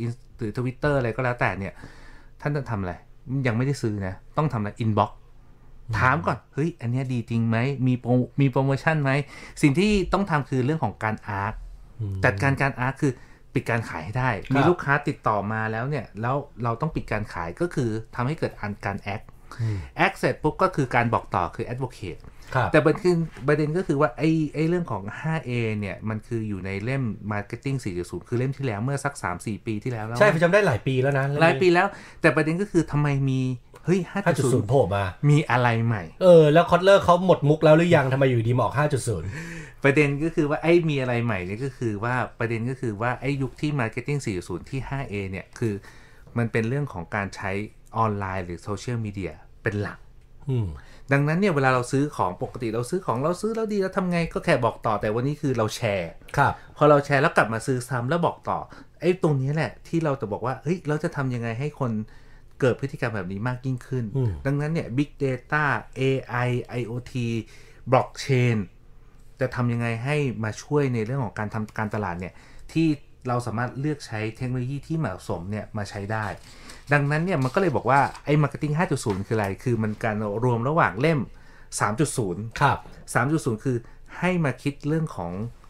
Twitter อะไรก็แล้วแต่เนี่ยท่านจะทำอะไรยังไม่ได้ซื้อนะต้องทำอะไร Inboxถามก่อนเฮ้ยอันนี้ดีจริงไหมมีโปรโมชั่นไหมสิ่งที่ต้องทำคือเรื่องของการอาร์ตจัดการอาร์ตคือปิดการขายให้ได้มีลูกค้าติดต่อมาแล้วเนี่ยแล้วเราต้องปิดการขายก็คือทำให้เกิดการแอคเสร็จปุ๊บก็คือการบอกต่อคือ advocate แต่ประเด็นก็คือว่าไอ้เรื่องของ 5A เนี่ยมันคืออยู่ในเล่ม Marketing 4.0 คือเล่มที่แล้วเมื่อสัก 3-4 ปีที่แล้วใช่ผมจำได้หลายปีแล้วนะหลายปีแล้วแต่ประเด็นก็คือทำไมมีเฮ้ย 5.0 โผล่มามีอะไรใหม่แล้วคอตเลอร์เขาหมดมุกแล้วหรือยังทำไมอยู่ดีมาออก 5.0 ประเด็นก็คือว่าไอ้มีอะไรใหม่นี่ก็คือว่าประเด็นก็คือว่าไอ้ยุคที่ Marketing 4.0 ที่ 5A เนี่ยคือมันเป็นเรื่องของการใช้ออนไลน์หรือโซเชียลมีเดียเป็นหลักดังนั้นเนี่ยเวลาเราซื้อของปกติเราซื้อแล้วดีแล้วทำไงก็แค่บอกต่อแต่วันนี้คือเราแชร์พอเราแชร์แล้วกลับมาซื้อซ้ำแล้วบอกต่อไอ้ตรงนี้แหละที่เราจะบอกว่าเฮ้ยเราจะทำยังไงให้คนเกิดพฤติกรรมแบบนี้มากยิ่งขึ้นดังนั้นเนี่ย Big Data AI IoT Blockchain จะทำยังไงให้มาช่วยในเรื่องของการทำการตลาดเนี่ยที่เราสามารถเลือกใช้เทคโนโลยีที่เหมาะสมเนี่ยมาใช้ได้ดังนั้นเนี่ยมันก็เลยบอกว่าไอ้ Marketing 5.0 คืออะไรคือมันการรวมระหว่างเล่ม 3.0 ครับ 3.0 คือให้มาคิดเรื่องของ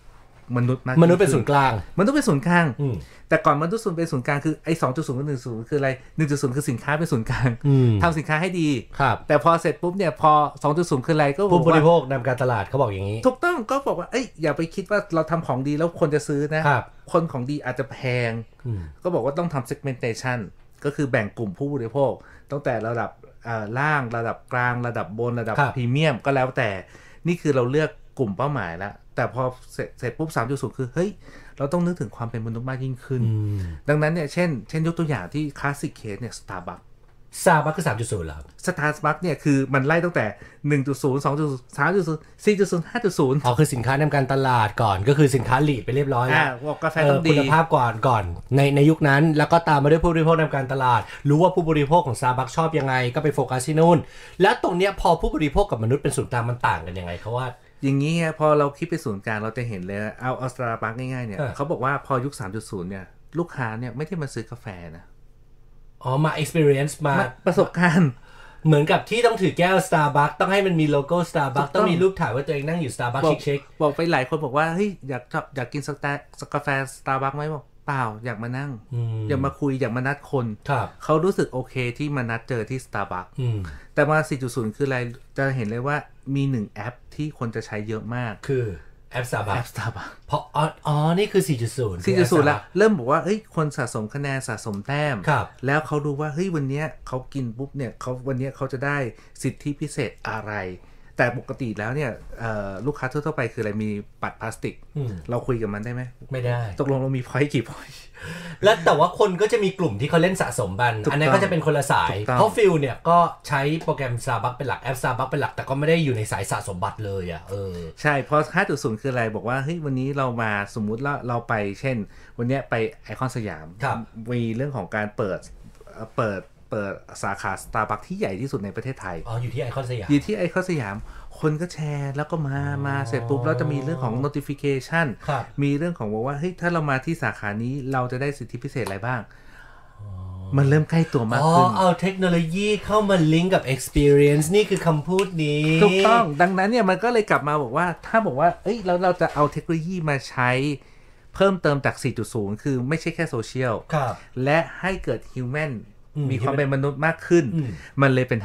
มนุษย์มากมนุษย์เป็นศูนย์กลางมนุษย์เป็นศูนย์กลางแต่ก่อนมนุษย์เป็นศูนย์กลางคือไอ้ 2.0 กับ 1.0 คืออะไร 1.0 คือสินค้าเป็นศูนย์กลางทำสินค้าให้ดีแต่พอเสร็จปุ๊บเนี่ยพอ 2.0 คืออะไรก็ผู้บริโภคนำการตลาดเขาบอกอย่างนี้ถูกต้องก็บอกว่าเอ้ยอย่าไปคิดว่าเราทำของดีแล้วคนจะซื้อนะคนของดีอาจจะแพงก็บอกว่าต้องทำ segmentation ก็คือแบ่งกลุ่มผู้บริโภคตั้งแต่ระดับล่างระดับกลางระดับบนระดับพรีเมียมก็แล้วแต่นี่คือเราเลือกกลุ่มเป้าหมายแล้วแต่พอเสร็จปุ๊บ 3.0 คือเฮ้ยเราต้องนึกถึงความเป็นมนุษย์มากยิ่งขึ้นดังนั้นเนี่ยเช่นยกตัวอย่างที่คลาสสิกเคสเนี่ย Starbucks คือ 3.0 เหรอครับ Starbucks เนี่ยคือมันไล่ตั้งแต่ 1.0 2.0 3.0 4.0 5.0 อ๋อคือสินค้านำการตลาดก่อนก็คือสินค้าลีดไปเรียบร้อยแล้วกาแฟต้องดีคุณภาพก่อนในยุคนั้นแล้วก็ตามมาด้วยผู้บริโภคนำการตลาดรู้ว่าผู้บริโภคของ Starbucks ชอบยังไงก็ไปโฟกัสที่นู่นแล้วตรงเนี้ยพอผู้บริโภคกับมนุษย์เป็นศูนย์กลางมันต่างกันยังไงเขาว่าอย่างนี้พอเราคิดไปศูนย์กลางเราจะเห็นเลยเอาสตาร์บัคง่ายๆเนี่ยเขาบอกว่าพอยุค 3.0 เนี่ยลูกค้าเนี่ยไม่ได้มาซื้อกาแฟนะมา experience มาประสบการณ์เหมือนกับที่ต้องถือแก้ว Starbucks ต้องให้มันมีโลโก้ Starbucks ต้องมีรูปถ่ายว่าตัวเองนั่งอยู่ Starbucks เช็คๆบอกไปหลายคนบอกว่าเฮ้ยอยากกินกาแฟ Starbucks ไหมบอกเปล่าอยากมานั่งอยากมาคุยอยากมานัดคนเขารู้สึกโอเคที่มานัดเจอที่ Starbucks แต่มา 4.0 คืออะไรจะเห็นเลยว่ามี1แอปที่คนจะใช้เยอะมากคือแอป Starbucks เพราะนี่คือ 4.0 แล้วเริ่มบอกว่าเฮ้ยคนสะสมคะแนนสะสมแต้มแล้วเขาดูว่าเฮ้ยวันนี้เขากินปุ๊บเนี่ยวันนี้เขาจะได้สิทธิพิเศษอะไรแต่ปกติแล้วเนี่ยลูกค้าทั่วไปคืออะไรมีปัดพลาสติกเราคุยกับมันได้ไหมไม่ได้ตกลงเรามีพอยต์กี่พอยต์แล้วแต่ว่าคนก็จะมีกลุ่มที่เขาเล่นสะสมบันอันนั้นก็จะเป็นคนละสายเพราะฟิลเนี่ยก็ใช้โปรแกรม Starbucks เป็นหลักแอป Starbucks เป็นหลักแต่ก็ไม่ได้อยู่ในสายสะสมบัตรเลยใช่เพราะ 5.0 คืออะไรบอกว่าเฮ้ยวันนี้เรามาสมมุติเราไปเช่นวันนี้ไปไอคอนสยามมีเรื่องของการเปิดสาขา Starbucks ที่ใหญ่ที่สุดในประเทศไทยอยู่ที่ไอคอนสยามอยู่ที่ไอคอนสยามคนก็แชร์แล้วก็มาเสร็จปุ๊บแล้วจะมีเรื่องของ notification มีเรื่องของว่าเฮ้ยถ้าเรามาที่สาขานี้เราจะได้สิทธิพิเศษอะไรบ้างมันเริ่มใกล้ตัวมากขึ้นเอาเทคโนโลยีเข้ามาลิงก์กับ experience นี่คือคำพูดนี้ถูกต้องดังนั้นเนี่ยมันก็เลยกลับมาบอกว่าถ้าบอกว่าเอ้ยเราจะเอาเทคโนโลยีมาใช้เพิ่มเติมจาก 4.0 คือไม่ใช่แค่โซเชียลและให้เกิด humanมีความเป็นมนุษย์มากขึ้นมันเลยเป็น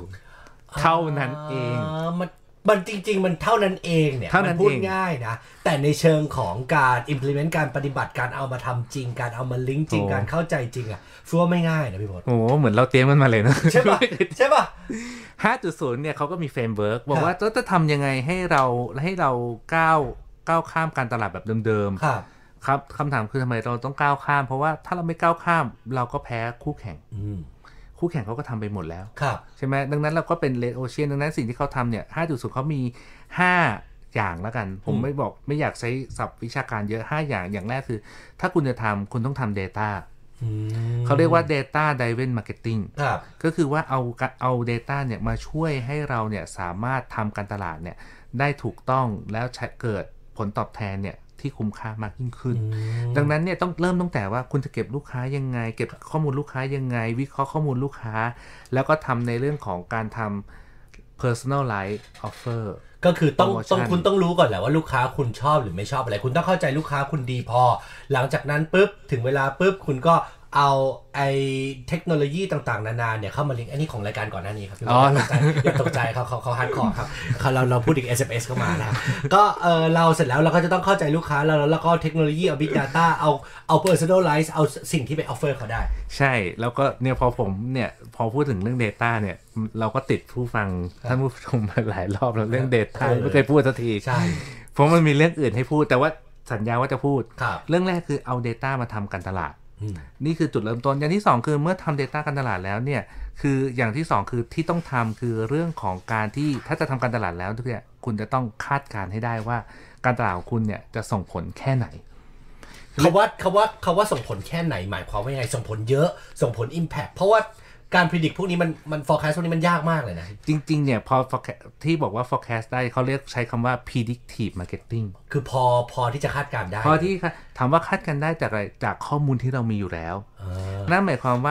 5.0 เท่านั้นเองมันจริงๆมันเท่านั้นเองเนี่ยมันพูดง่ายนะแต่ในเชิงของการ implement การปฏิบัติการเอามาทำจริงการเอามาลิงก์จริงการเข้าใจจริงฟัวไม่ง่ายนะพี่พจน์เหมือนเราเตรียมมันมาเลยนะใช่ป่ะ 5.0 เนี่ยเขาก็มีเฟรมเวิร์กบอกว่าจะทำยังไงให้เราก้าวข้ามการตลาดแบบเดิมๆครับคำถามคือทำไมเราต้องก้าวข้ามเพราะว่าถ้าเราไม่ก้าวข้ามเราก็แพ้คู่แข่งคู่แข่งเขาก็ทำไปหมดแล้วใช่ไหมดังนั้นเราก็เป็น Red Ocean ดังนั้นสิ่งที่เขาทำเนี่ย 5.0 เขามี5อย่างแล้วกันผมไม่อยากใช้ศัพท์วิชาการเยอะ5อย่างแรกคือถ้าคุณจะทำคุณต้องทำ data เขาเรียกว่า data driven marketing ก็คือว่าเอา data เนี่ยมาช่วยให้เราเนี่ยสามารถทำการตลาดเนี่ยได้ถูกต้องแล้วเกิดผลตอบแทนเนี่ยที่คุ้มค่ามากยิ่งขึ้นดังนั้นเนี่ยต้องเริ่มตั้งแต่ว่าคุณจะเก็บลูกค้ายังไงเก็บข้อมูลลูกค้ายังไงวิเคราะห์ข้อมูลลูกค้าแล้วก็ทำในเรื่องของการทำ personalized offer ก็คือคุณต้องรู้ก่อนแหละว่าลูกค้าคุณชอบหรือไม่ชอบอะไรคุณต้องเข้าใจลูกค้าคุณดีพอหลังจากนั้นปุ๊บถึงเวลาปุ๊บคุณก็เอาไอ้เทคโนโลยีต่างๆนานาเนี่ยเข้ามาลิงก์อันนี้ของรายการก่อนหน้านี้ครับอย่าตกใจเขาฮาร์ดคอร์ครับเราพูดอีก SMS เข้ามานะก็เราเสร็จแล้วเราก็จะต้องเข้าใจลูกค้าแล้วก็เทคโนโลยีเอา Big Data เอา personalize เอาสิ่งที่ไป offer เขาได้ใช่แล้วก็เนี่ยพอพูดถึงเรื่อง data เนี่ยเราก็ติดผู้ฟังท่านผู้ชมมาหลายรอบแล้วเรื่อง data ไม่เคยพูดสักทีใช่เพราะมันมีเรื่องอื่นให้พูดแต่ว่าสัญญาว่าจะพูดเรื่องแรกคือเอา data มาทำการตลาดนี่คือจุดเริ่มต้นอย่างที่2คือเมื่อทำ data การตลาดแล้วเนี่ยคืออย่างที่2คือที่ต้องทำคือเรื่องของการที่ถ้าจะทำการตลาดแล้วทุกอย่างคุณจะต้องคาดการณ์ให้ได้ว่าการตลาดของคุณเนี่ยจะส่งผลแค่ไหนเขาว่าส่งผลแค่ไหนหมายความว่ายังไงส่งผลเยอะส่งผล impact เพราะว่าการ predict พวกนี้มัน forecast พวกนี้มันยากมากเลยนะจริงๆเนี่ยพอที่บอกว่า forecast ได้เขาเรียกใช้คำว่า predictive marketing คือพอที่จะคาดการได้พอที่ถามว่าคาดการได้จากอะไรจากข้อมูลที่เรามีอยู่แล้วนั่นหมายความว่า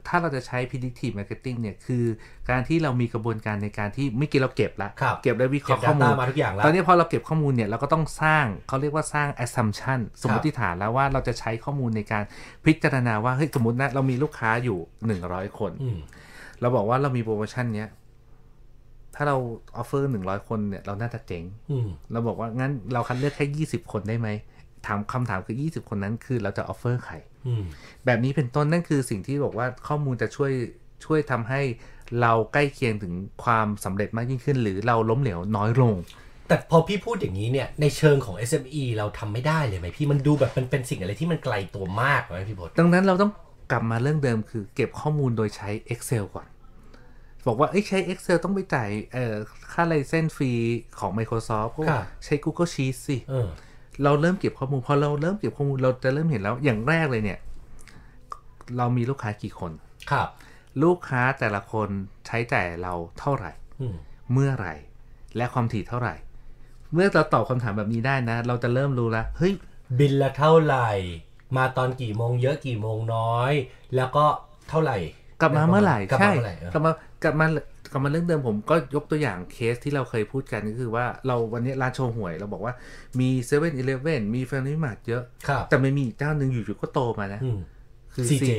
ถ้าเราจะใช้ predictive marketing เนี่ยคือการที่เรามีกระบวนการในการที่ไม่อกี้เราเก็บแล้วเก็บและวิเคราะห์ข้อมูลมาทุกอย่างแล้วตอนนี้พอเราเก็บข้อมูลเนี่ยเราก็ต้องสร้างเขาเรียกว่าสร้าง assumption สมมติฐานแล้วว่าเราจะใช้ข้อมูลในการพิจารณาว่าเฮ้ยสมมตินะเรามีลูกค้าอยู่100คนเราบอกว่าเรามีโปรโมชั่นเนี้ยถ้าเราออฟเฟอร์100คนเนี่ยเราน่าจะเจ๋งเราบอกว่างั้นเราคัดเลือกแค่20คนได้ไหมถามคำถามคือ20คนนั้นคือเราจะออฟเฟอร์ใครแบบนี้เป็นต้นนั่นคือสิ่งที่บอกว่าข้อมูลจะช่วยทำให้เราใกล้เคียงถึงความสำเร็จมากยิ่งขึ้นหรือเราล้มเหลวน้อยลงแต่พอพี่พูดอย่างนี้เนี่ยในเชิงของ SME เราทำไม่ได้เลยไหมพี่มันดูแบบเป็นสิ่งอะไรที่มันไกลตัวมากไหมพี่พจน์ดังนั้นเราต้องกลับมาเรื่องเดิมคือเก็บข้อมูลโดยใช้ Excel ก่อนบอกว่าใช้ Excel ต้องไปจ่ายค่าไลเซนส์ฟรีของ Microsoft ก็ใช้ Google Sheets สิเราเริ่มเก็บข้อมูลพอเราเริ่มเก็บข้อมูลเราจะเริ่มเห็นแล้วอย่างแรกเลยเนี่ยเรามีลูกค้ากี่คนครับลูกค้าแต่ละคนใช้จ่ายเราเท่าไหร่เมื่อไหร่และความถี่เท่าไหร่เมื่อเราตอบคำถามแบบนี้ได้นะเราจะเริ่มรู้แล้วเฮ้ยบิลละเท่าไหร่มาตอนกี่โมงเยอะกี่โมงน้อยแล้วก็เท่าไหร่กลับมาเมื่อไหร่ใช่กลับมาเรื่องเดิมผมก็ยกตัวอย่างเคสที่เราเคยพูดกันก็คือว่าเราวันนี้ร้านโชว์หวยเราบอกว่ามี 7-Eleven มี Family Mart เยอะแต่ไม่มีเจ้าหนึ่งอยู่ๆก็โตมานะคือ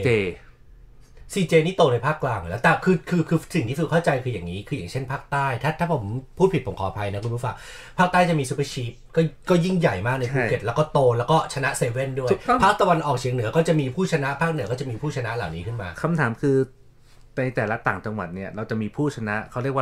CJ นี่โตในภาคกลางแล้วแต่คือสิ่งที่ฟิลเข้าใจคืออย่างนี้คืออย่างเช่นภาคใต้ถ้าผมพูดผิดผมขออภัยนะคุณผู้ฟังภาคใต้จะมีซูเปอร์ชีพก็ยิ่งใหญ่มากในภูเก็ตแล้วก็โตแล้วก็ชนะเซเว่นด้วยภาคตะวันออกเฉียงเหนือก็จะมีผู้ชนะภาคเหนือก็จะมีผู้ชนะเหล่านี้ขึ้นมาคำถามคือในแต่ละต่างจังหวัดเนี่ยเราจะมีผู้ชนะเขาเรียกว่า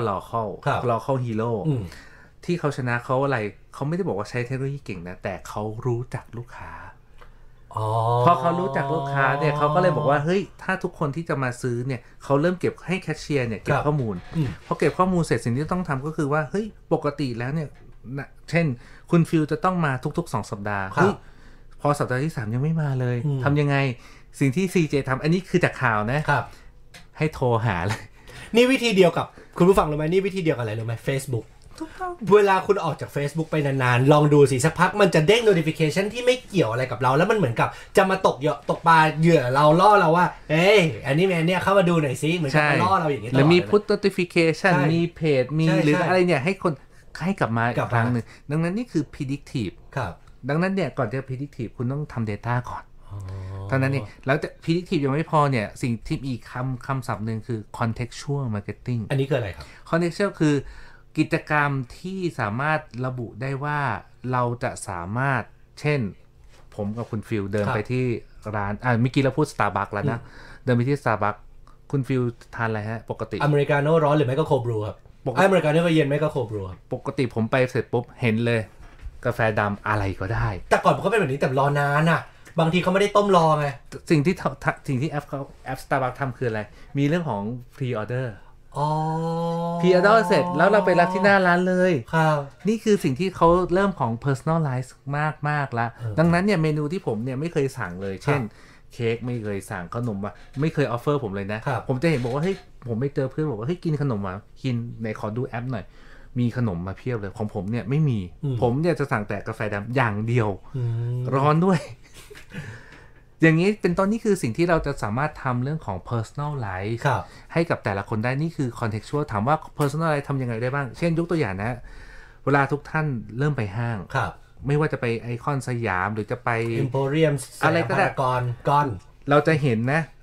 local hero ที่เขาชนะเขาอะไรเขาไม่ได้บอกว่าใช้เทคโนโลยีเก่งนะแต่เขารู้จักลูกค้าพอเขารู้จักลูกค้าเนี่ยเขาก็เลยบอกว่าเฮ้ยถ้าทุกคนที่จะมาซื้อเนี่ยเขาเริ่มเก็บให้แคชเชียร์เนี่ยเก็บข้อมูลพอเก็บข้อมูลเสร็จสิ่งที่ต้องทำก็คือว่าเฮ้ยปกติแล้วเนี่ยเช่นคุณฟิลจะต้องมาทุกๆ2สัปดาห์เฮ้ยพอสัปดาห์ที่3ยังไม่มาเลยทำยังไงสิ่งที่ CJ ทำอันนี้คือจากข่าวนะครับให้โทรหาเลยนี่วิธีเดียวกับคุณผู้ฟังรู้ไหมนี่วิธีเดียวกับอะไรรู้ไหม Facebookเวลาคุณออกจาก Facebook ไปนานๆลองดูสิสักพักมันจะเด้ง notification ที่ไม่เกี่ยวอะไรกับเราแล้วมันเหมือนกับจะมาตกปลาเหยื่อเราล่อเราว่าเอ้ยอันนี้แม่เนี่ยเข้ามาดูหน่อยสิเหมือนกับมาล่อเราอย่างนี้ตลอดแล้วมี push notification มีเพจมีหรืออะไรเนี่ยให้คนให้กลับมาอีกครั้งนึงดังนั้นนี่คือ predictive ครับดังนั้นเนี่ยก่อนจะ predictive คุณต้องทำ data ก่อนเท่านั้นเองแล้วแต่ predictive ยังไม่พอเนี่ยสิ่งที่อีกคำศัพท์หนึ่งคือ contextual marketing อันนี้คืออะไรครับ contextual คือกิจกรรมที่สามารถระบุได้ว่าเราจะสามารถเช่นผมกับคุณฟิลเดินไปที่ร้านเมื่อกี้เราพูด Starbucks แล้วนะเดินไปที่ Starbucks คุณฟิลทานอะไรฮะปกติอเมริกาโน่ร้อนหรือไม่ก็โคบรูครับอเมริกาโน่เย็นไม่ก็โคบรูครับปกติผมไปเสร็จปุ๊บเห็นเลยกาแฟดำอะไรก็ได้แต่ก่อนผมก็เป็นแบบนี้แต่รอนานอ่ะบางทีเขาไม่ได้ต้มรอไงสิ่งที่แอป Starbucks ทำคืออะไรมีเรื่องของ pre orderพรีออเดอร์เสร็จแล้วเราไปรับที่หน้าร้านเลยครับนี่คือสิ่งที่เขาเริ่มของ personalize มากแล้วดังนั้นเนี่ยเมนูที่ผมเนี่ยไม่เคยสั่งเลยเช่นเค้กไม่เคยสั่งขนมมาไม่เคยออฟเฟอร์ผมเลยนะผมจะเห็นบอกว่าเฮ้ยผมไม่เจอเพื่อนบอกว่าเฮ้ยกินขนมมากินไหนขอดูแอปหน่อยมีขนมมาเพียบเลยของผมเนี่ยไม่มีผมเนี่ยจะสั่งแต่กาแฟดำอย่างเดียวร้อนด้วยอย่างนี้เป็นต้นนี่คือสิ่งที่เราจะสามารถทำเรื่องของ personalize ให้กับแต่ละคนได้นี่คือ contextual ถามว่า personalize ทำยังไงได้บ้างเช่นยกตัวอย่างนะเวลาทุกท่านเริ่มไปห้างไม่ว่าจะไปไอคอนสยามหรือจะไป Emporium อะไรก็ได้ก่อนเราจะเห็น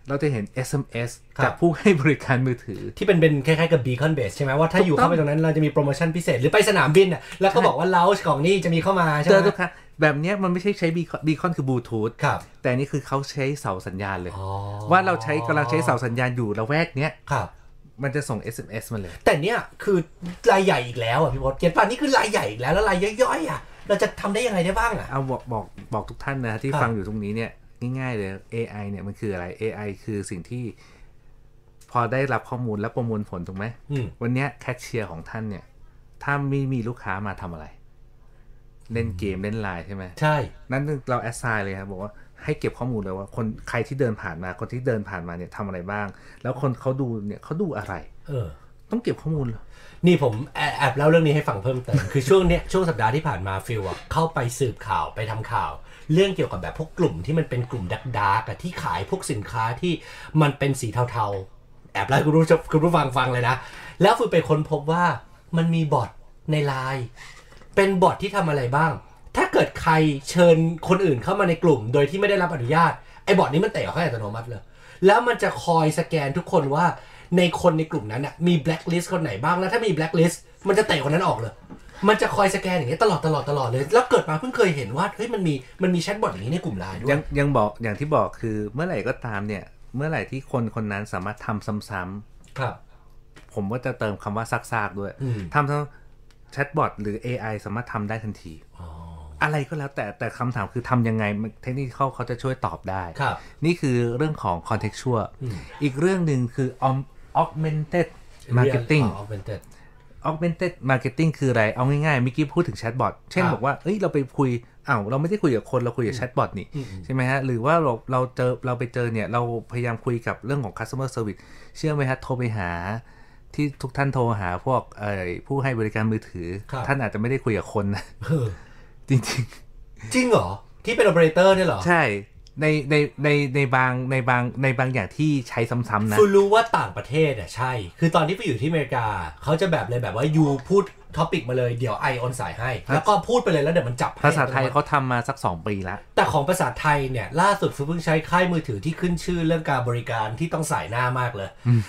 SMS จากผู้ให้บริการมือถือที่เป็นคล้ายๆกับ beacon base ใช่ไหมว่าถ้าอยู่เข้าไปตรงนั้นเราจะมีโปรโมชั่นพิเศษหรือไปสนามบินแล้วก็บอกว่า lounge ของนี่จะมีเข้ามาใช่ไหมแบบนี้มันไม่ใช่ใช้บีคอนคือบลูทูธแต่นี่คือเขาใช้เสาสัญญาณเลยว่าเรากำลังใช้เสาสัญญาณอยู่ละแวกเนี้ยมันจะส่ง SMS มาเลยแต่เนี้ยคือรายใหญ่อีกแล้วพี่พจน์เกียรติป่ะนี่คือรายใหญ่อีกแล้วรายย่อยๆเราจะทำได้ยังไงได้บ้างเอาบอกทุกท่านนะที่ฟังอยู่ตรงนี้เนี่ยง่ายๆเลย AI เนี่ยมันคืออะไร AI คือสิ่งที่พอได้รับข้อมูลและประมวลผลถูกไหมวันนี้แคชเชียร์ของท่านเนี่ยถ้ามีลูกค้ามาทำอะไรเล่นเกมเล่นไลน์ใช่ไหมใช่นั้นเราแอสไซน์เลยครับบอกว่าให้เก็บข้อมูลเลยว่าคนใครที่เดินผ่านมาคนที่เดินผ่านมาเนี่ยทำอะไรบ้างแล้วคนเขาดูเนี่ยเขาดูอะไรต้องเก็บข้อมูลเหรอนี่ผมแอบเล่าเรื่องนี้ให้ฟังเพิ่มเติม คือช่วงสัปดาห์ที่ผ่านมาฟิลเข้าไปสืบข่าวไปทำข่าวเรื่องเกี่ยวกับแบบพวกกลุ่มที่มันเป็นกลุ่มดาร์กๆที่ขายพวกสินค้าที่มันเป็นสีเทาๆแอบเล่าให้คุณผู้ฟังเลยนะแล้วฟิลไปค้นพบว่ามันมีบอทในไลน์เป็นบอทที่ทำอะไรบ้างถ้าเกิดใครเชิญคนอื่นเข้ามาในกลุ่มโดยที่ไม่ได้รับอนุญาตไอ้บอทนี้มันเตะเข้าอัตโนมัติเลยแล้วมันจะคอยสแกนทุกคนว่าในคนในกลุ่มนั้นมีแบล็คลิสต์คนไหนบ้างแล้วถ้ามีแบล็คลิสต์มันจะเตะคนนั้นออกเลยมันจะคอยสแกนอย่างนี้ตลอดเลยแล้วเกิดมาเพิ่งเคยเห็นว่าเฮ้ยมันมีแชทบอทอย่างนี้ในกลุ่มไลน์ด้วยยังบอกอย่างที่บอกคือเมื่อไหร่ก็ตามเนี่ยเมื่อไหร่ที่คนนั้นสามารถทำซ้ำๆครับผมก็จะเติมคำว่าซากๆด้วยทำทั้งแชทบอทหรือ AI สามารถทำได้ทันทีอะไรก็แล้วแต่คำถามคือทำยังไงเทคนิคเขาจะช่วยตอบได้นี่คือเรื่องของ contextual อีกเรื่องหนึ่งคือ augmented marketing augmented marketing คืออะไรเอาง่ายๆเมื่อกี้พูดถึงแชทบอทเช่นบอกว่าเอ้ยเราไปคุยเราไม่ได้คุยกับคนเราคุยกับแชทบอทนี่ใช่ไหมฮะหรือว่าเราไปเจอเนี่ยเราพยายามคุยกับเรื่องของ customer service เชื่อไหมฮะโทรไปหาที่ทุกท่านโทรหาพวกผู้ให้บริการมือถือท่านอาจจะไม่ได้คุยกับคนนะจริงเหรอที่เป็น operator เนี่ยเหรอใช่ในบางอย่างที่ใช้ซ้ำๆนะคุณรู้ว่าต่างประเทศใช่คือตอนที่ไปอยู่ที่อเมริกาเขาจะแบบว่ายูพูดท็อปิกมาเลยเดี๋ยวไอออนสายให้แล้วก็พูดไปเลยแล้วเดี๋ยวมันจับภาษาไทยเขาทำมาสัก2 ปีแล้วแต่ของภาษาไทยเนี่ยล่าสุดเพิ่งใช้ค่ายมือถือที่ขึ้นชื่อเรื่องการบริการที่ต้องสายหน้ามากเลย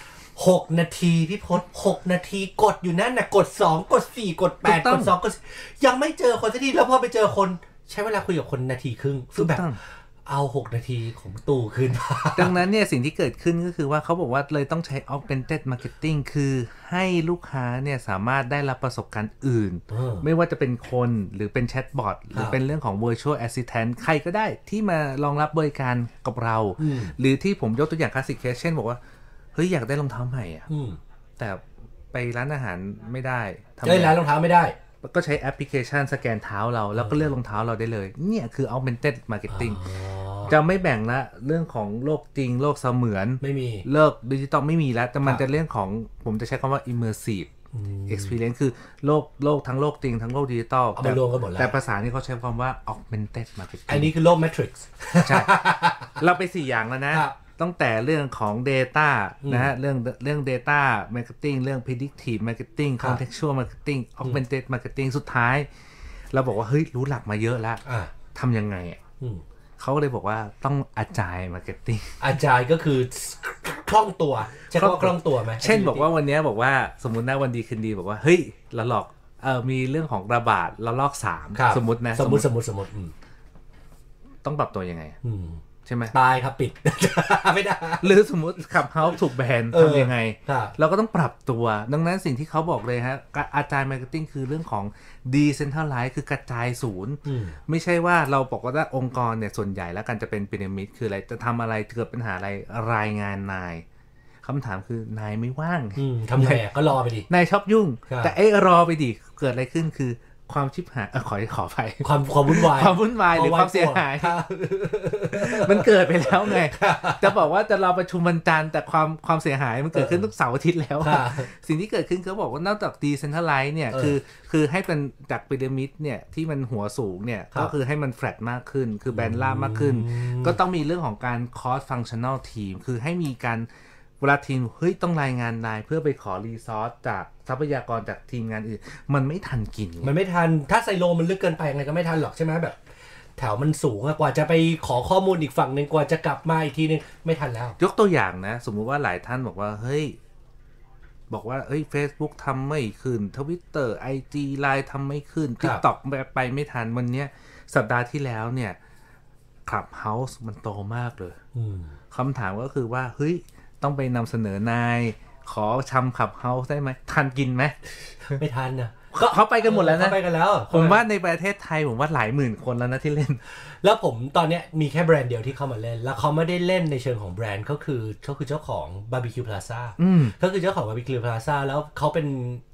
6 นาทีพี่พศ6 นาทีกดอยู่นั่นน่ะกด2กด4กด8กด2กดยังไม่เจอคนสักทีแล้วพอไปเจอคนใช้เวลาคุยกับคนนาทีครึ่งคือแบบเอา6 นาทีของตู่คืนดังนั้นเนี่ยสิ่งที่เกิดขึ้นก็คือว่าเขาบอกว่าเลยต้องใช้ augmented marketing คือให้ลูกค้าเนี่ยสามารถได้รับประสบการณ์อื่นไม่ว่าจะเป็นคนหรือเป็นแชทบอทหรือเป็นเรื่องของ virtual assistant ใครก็ได้ที่มารองรับบริการกับเราหรือที่ผมยกตัวอย่าง classic case เช่นบอกว่าเฮ้ยอยากได้รองเท้าใหม่อ่ะแต่ไปร้านอาหารไม่ได้ร้านรองเท้าไม่ได้ก็ใช้แอปพลิเคชันสแกนเท้าเราแล้วก็เลือกรองเท้าเราได้เลยเนี่ยคือ augmented marketing จะไม่แบ่งละเรื่องของโลกจริงโลกเสมือนไม่มีเลิกดิจิตอลไม่มีแล้วแต่มันจะเรื่องของผมจะใช้คำว่า immersive experience คือโลกทั้งโลกจริงทั้งโลกดิจิตอลแต่ภาษานี่เขาใช้คำว่า augmented marketing อันนี้คือโลก Matrix ใช่เราไป4 อย่างแล้วนะตั้งแต่เรื่องของ data นะฮะเรื่อง data marketing เรื่อง predictive marketing contextual marketing augmented marketing สุดท้ายเราบอกว่าเฮ้ยรู้หลักมาเยอะแล้วทำยังไงเขาก็เลยบอกว่าต้อง agile marketing agile ก็คือคล่องตัวใช่ก็คล่องตัวไหมเช่นบอกว่าวันนี้บอกว่าสมมุตินะวันดีคืนดีบอกว่าเฮ้ยละลอกมีเรื่องของระบาดละลอก3สมมุตินะสมมุติต้องปรับตัวยังไงใช่ไหมตายครับปิด ไม่ได้หรือสมมติขับเฮาส์ถูกแบนทำยังไงเราก็ต้องปรับตัวดังนั้นสิ่งที่เขาบอกเลยฮะอาจารย์มาร์เก็ตติ้งคือเรื่องของ decentralize คือกระจายศูนย์ไม่ใช่ว่าเราบอกว่าองค์กรเนี่ยส่วนใหญ่แล้วกันจะเป็นพีระมิดคืออะไรจะทำอะไรเกิดปัญหาอะไรรายงานนายคำถามคือนายไม่ว่างทำไงก็รอไปดินายชอบยุ่งแต่รอไปดิเกิดอะไรขึ้นคือความชิบหายขอไปความวุ่นวายหรือความเสียหายมันเกิดไปแล้วไงจะบอกว่าจะรอประชุมวันจันทร์แต่ความเสียหายมันเกิดขึ้นทุกเสาร์อาทิตย์แล้วสิ่งที่เกิดขึ้นเขาบอกว่านอกจาก decentralize เนี่ยคือให้เป็นจากพีระมิดเนี่ยที่มันหัวสูงเนี่ยก็คือให้มันแฟลตมากขึ้นคือแบนราบมากขึ้นก็ต้องมีเรื่องของการ cross functional team คือให้มีการเวลาทีมเฮ้ยต้องรายงานนายเพื่อไปขอรีซอสจากทรัพยากรจากทีมงานอื่นมันไม่ทันกินมันไม่ทันถ้าไซโลมันลึกเกินไปยังไงก็ไม่ทันหรอกใช่ไหมแบบแถวมันสูงกว่าจะไปขอข้อมูลอีกฝั่งนึงกว่าจะกลับมาอีกทีนึงไม่ทันแล้วยกตัวอย่างนะสมมุติว่าหลายท่านบอกว่าเฮ้ยFacebook ทำไม่ขึ้น Twitter IG Line ทำไม่ขึ้น TikTok ไปไม่ทันวันนี้สัปดาห์ที่แล้วเนี่ย Clubhouse มันโตมากเลยคำถามก็คือว่าเฮ้ยต้องไปนำเสนอนายขอชำขับเฮาส์ได้ไหมทันกินไหมไม่ทันนะเขาไปกันหมดแล้วนะเขาไปกันแล้วผมว่าในประเทศไทยผมว่าหลายหมื่นคนแล้วนะที่เล่นแล้วผมตอนนี้มีแค่แบรนด์เดียวที่เข้ามาเล่นแล้วเขาไม่ได้เล่นในเชิงของแบรนด์เขาคือเจ้าของ Barbecue Plaza ก็คือเจ้าของ Barbecue Plaza แล้วเขาเป็น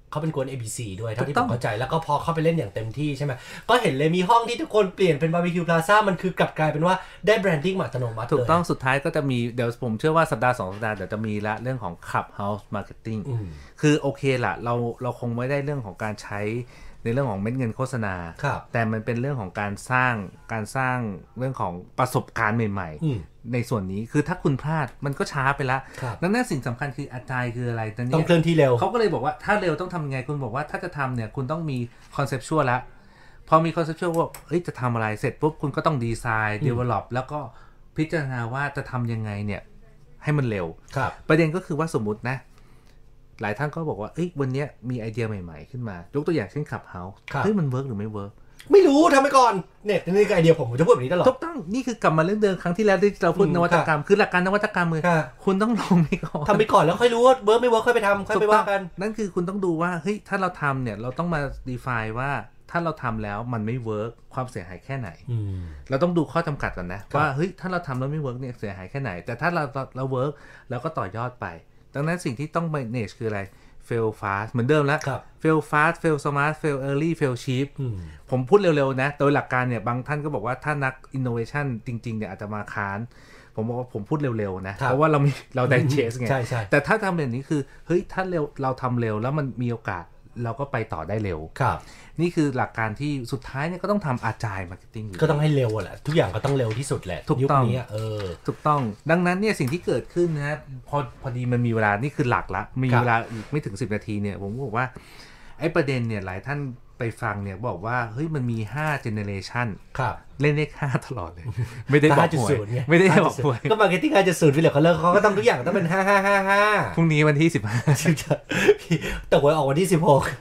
เขาเป็นกวน ABC ด้วยเท่าที่ผมเข้าใจแล้วก็พอเข้าไปเล่นอย่างเต็มที่ใช่ไหมก็เห็นเลยมีห้องที่ทุกคนเปลี่ยนเป็นบาร์บีคิวพลาซ่ามันคือกลับกลายเป็นว่าได้แบรนดิ้งอัตโนมัติเลยถูกต้องสุดท้ายก็จะมีเดี๋ยวผมเชื่อว่าสัปดาห์2สัปดาห์เดี๋ยวจะมีละเรื่องของ Clubhouse Marketing คือโอเคละเราคงไม่ได้เรื่องของการใช้ในเรื่องของเม็ดเงินโฆษณาแต่มันเป็นเรื่องของการสร้างเรื่องของประสบการณ์ใหม่ๆในส่วนนี้คือถ้าคุณพลาดมันก็ช้าไปละดังนั้นสิ่งสำคัญคืออาจารย์คืออะไรต้องเคลื่อนที่เร็วเขาก็เลยบอกว่าถ้าเร็วต้องทำยังไงคุณบอกว่าถ้าจะทำเนี่ยคุณต้องมีคอนเซปชวลละพอมีคอนเซปชวลว่าจะทำอะไรเสร็จปุ๊บคุณก็ต้องดีไซน์เดเวลลอปแล้วก็พิจารณาว่าจะทำยังไงเนี่ยให้มันเร็วประเด็นก็คือว่าสมมุตินะหลายท่านก็บอกว่าวันนี้มีไอเดียใหม่ๆขึ้นมายกตัวอย่างเช่น Clubhouse มันเวิร์กหรือไม่เวิร์กไม่รู้ทำไปก่อนเนี่ยนี่คือไอเดียผมจะพูดแบบนี้ตลอดถูกต้องนี่คือกลับมาเรื่องเดิมครั้งที่แล้วที่เราพูดนวัตกรรมคือหลักการนวัตกรรมเลยคุณต้องลองไปก่อนทำไปก่อนแล้วค่อยรู้ว่าเวิร์กไม่เวิร์กค่อยไปทำค่อยไปว่ากันนั่นคือคุณต้องดูว่าถ้าเราทำเนี่ยเราต้องมา define ว่าถ้าเราทำแล้วมันไม่เวิร์กความเสียหายแค่ไหนเราต้องดูข้อจำกัดก่อนนะว่าถ้าเราทำแล้วไม่เวิร์กเนี่ยเสียหายแค่ไหนแต่ถ้าเราเวิร์กแล้วก็ต่อยอดไปดังนั้นสิ่งที่ต้อง manage คืออะไรfail fast เหมือนเดิมแล้ว fail fast fail smart fail early fail cheap ผมพูดเร็วๆนะโดยหลักการเนี่ยบางท่านก็บอกว่าถ้านัก innovation จริงๆเนี่ยอาจจะมาค้านผมบอกว่าผมพูดเร็วๆนะเพราะว่าเรา digest ไงแต่ถ้าทำแบบนี้คือถ้าเราทำเร็วแล้วมันมีโอกาสเราก็ไปต่อได้เร็วนี่คือหลักการที่สุดท้ายเนี่ยก็ต้องทำอาจายมาร์เก็ตติ้งก็ต้องให้เร็วแหละทุกอย่างก็ต้องเร็วที่สุดแหละยุคนี้ถูกต้องดังนั้นเนี่ยสิ่งที่เกิดขึ้นนะพอดีมันมีเวลานี่คือหลักละมีเวลาอีกไม่ถึง10นาทีเนี่ยผมบอกว่าไอ้ประเด็นเนี่ยหลายท่านไปฟังเนี่ยบอกว่ามันมี5 generation เล่นเลข5ตลอดเลยไม่ได้บอกหวยไม่ได้บอกหวยก็มาร์เก็ตติ้ง5.0ไปเลยเขาเลิกเขาก็ต้องทุกอย่างต้องเป็น5555 พรุ่งนี้วันที่ 15แต่หวยออกวันที่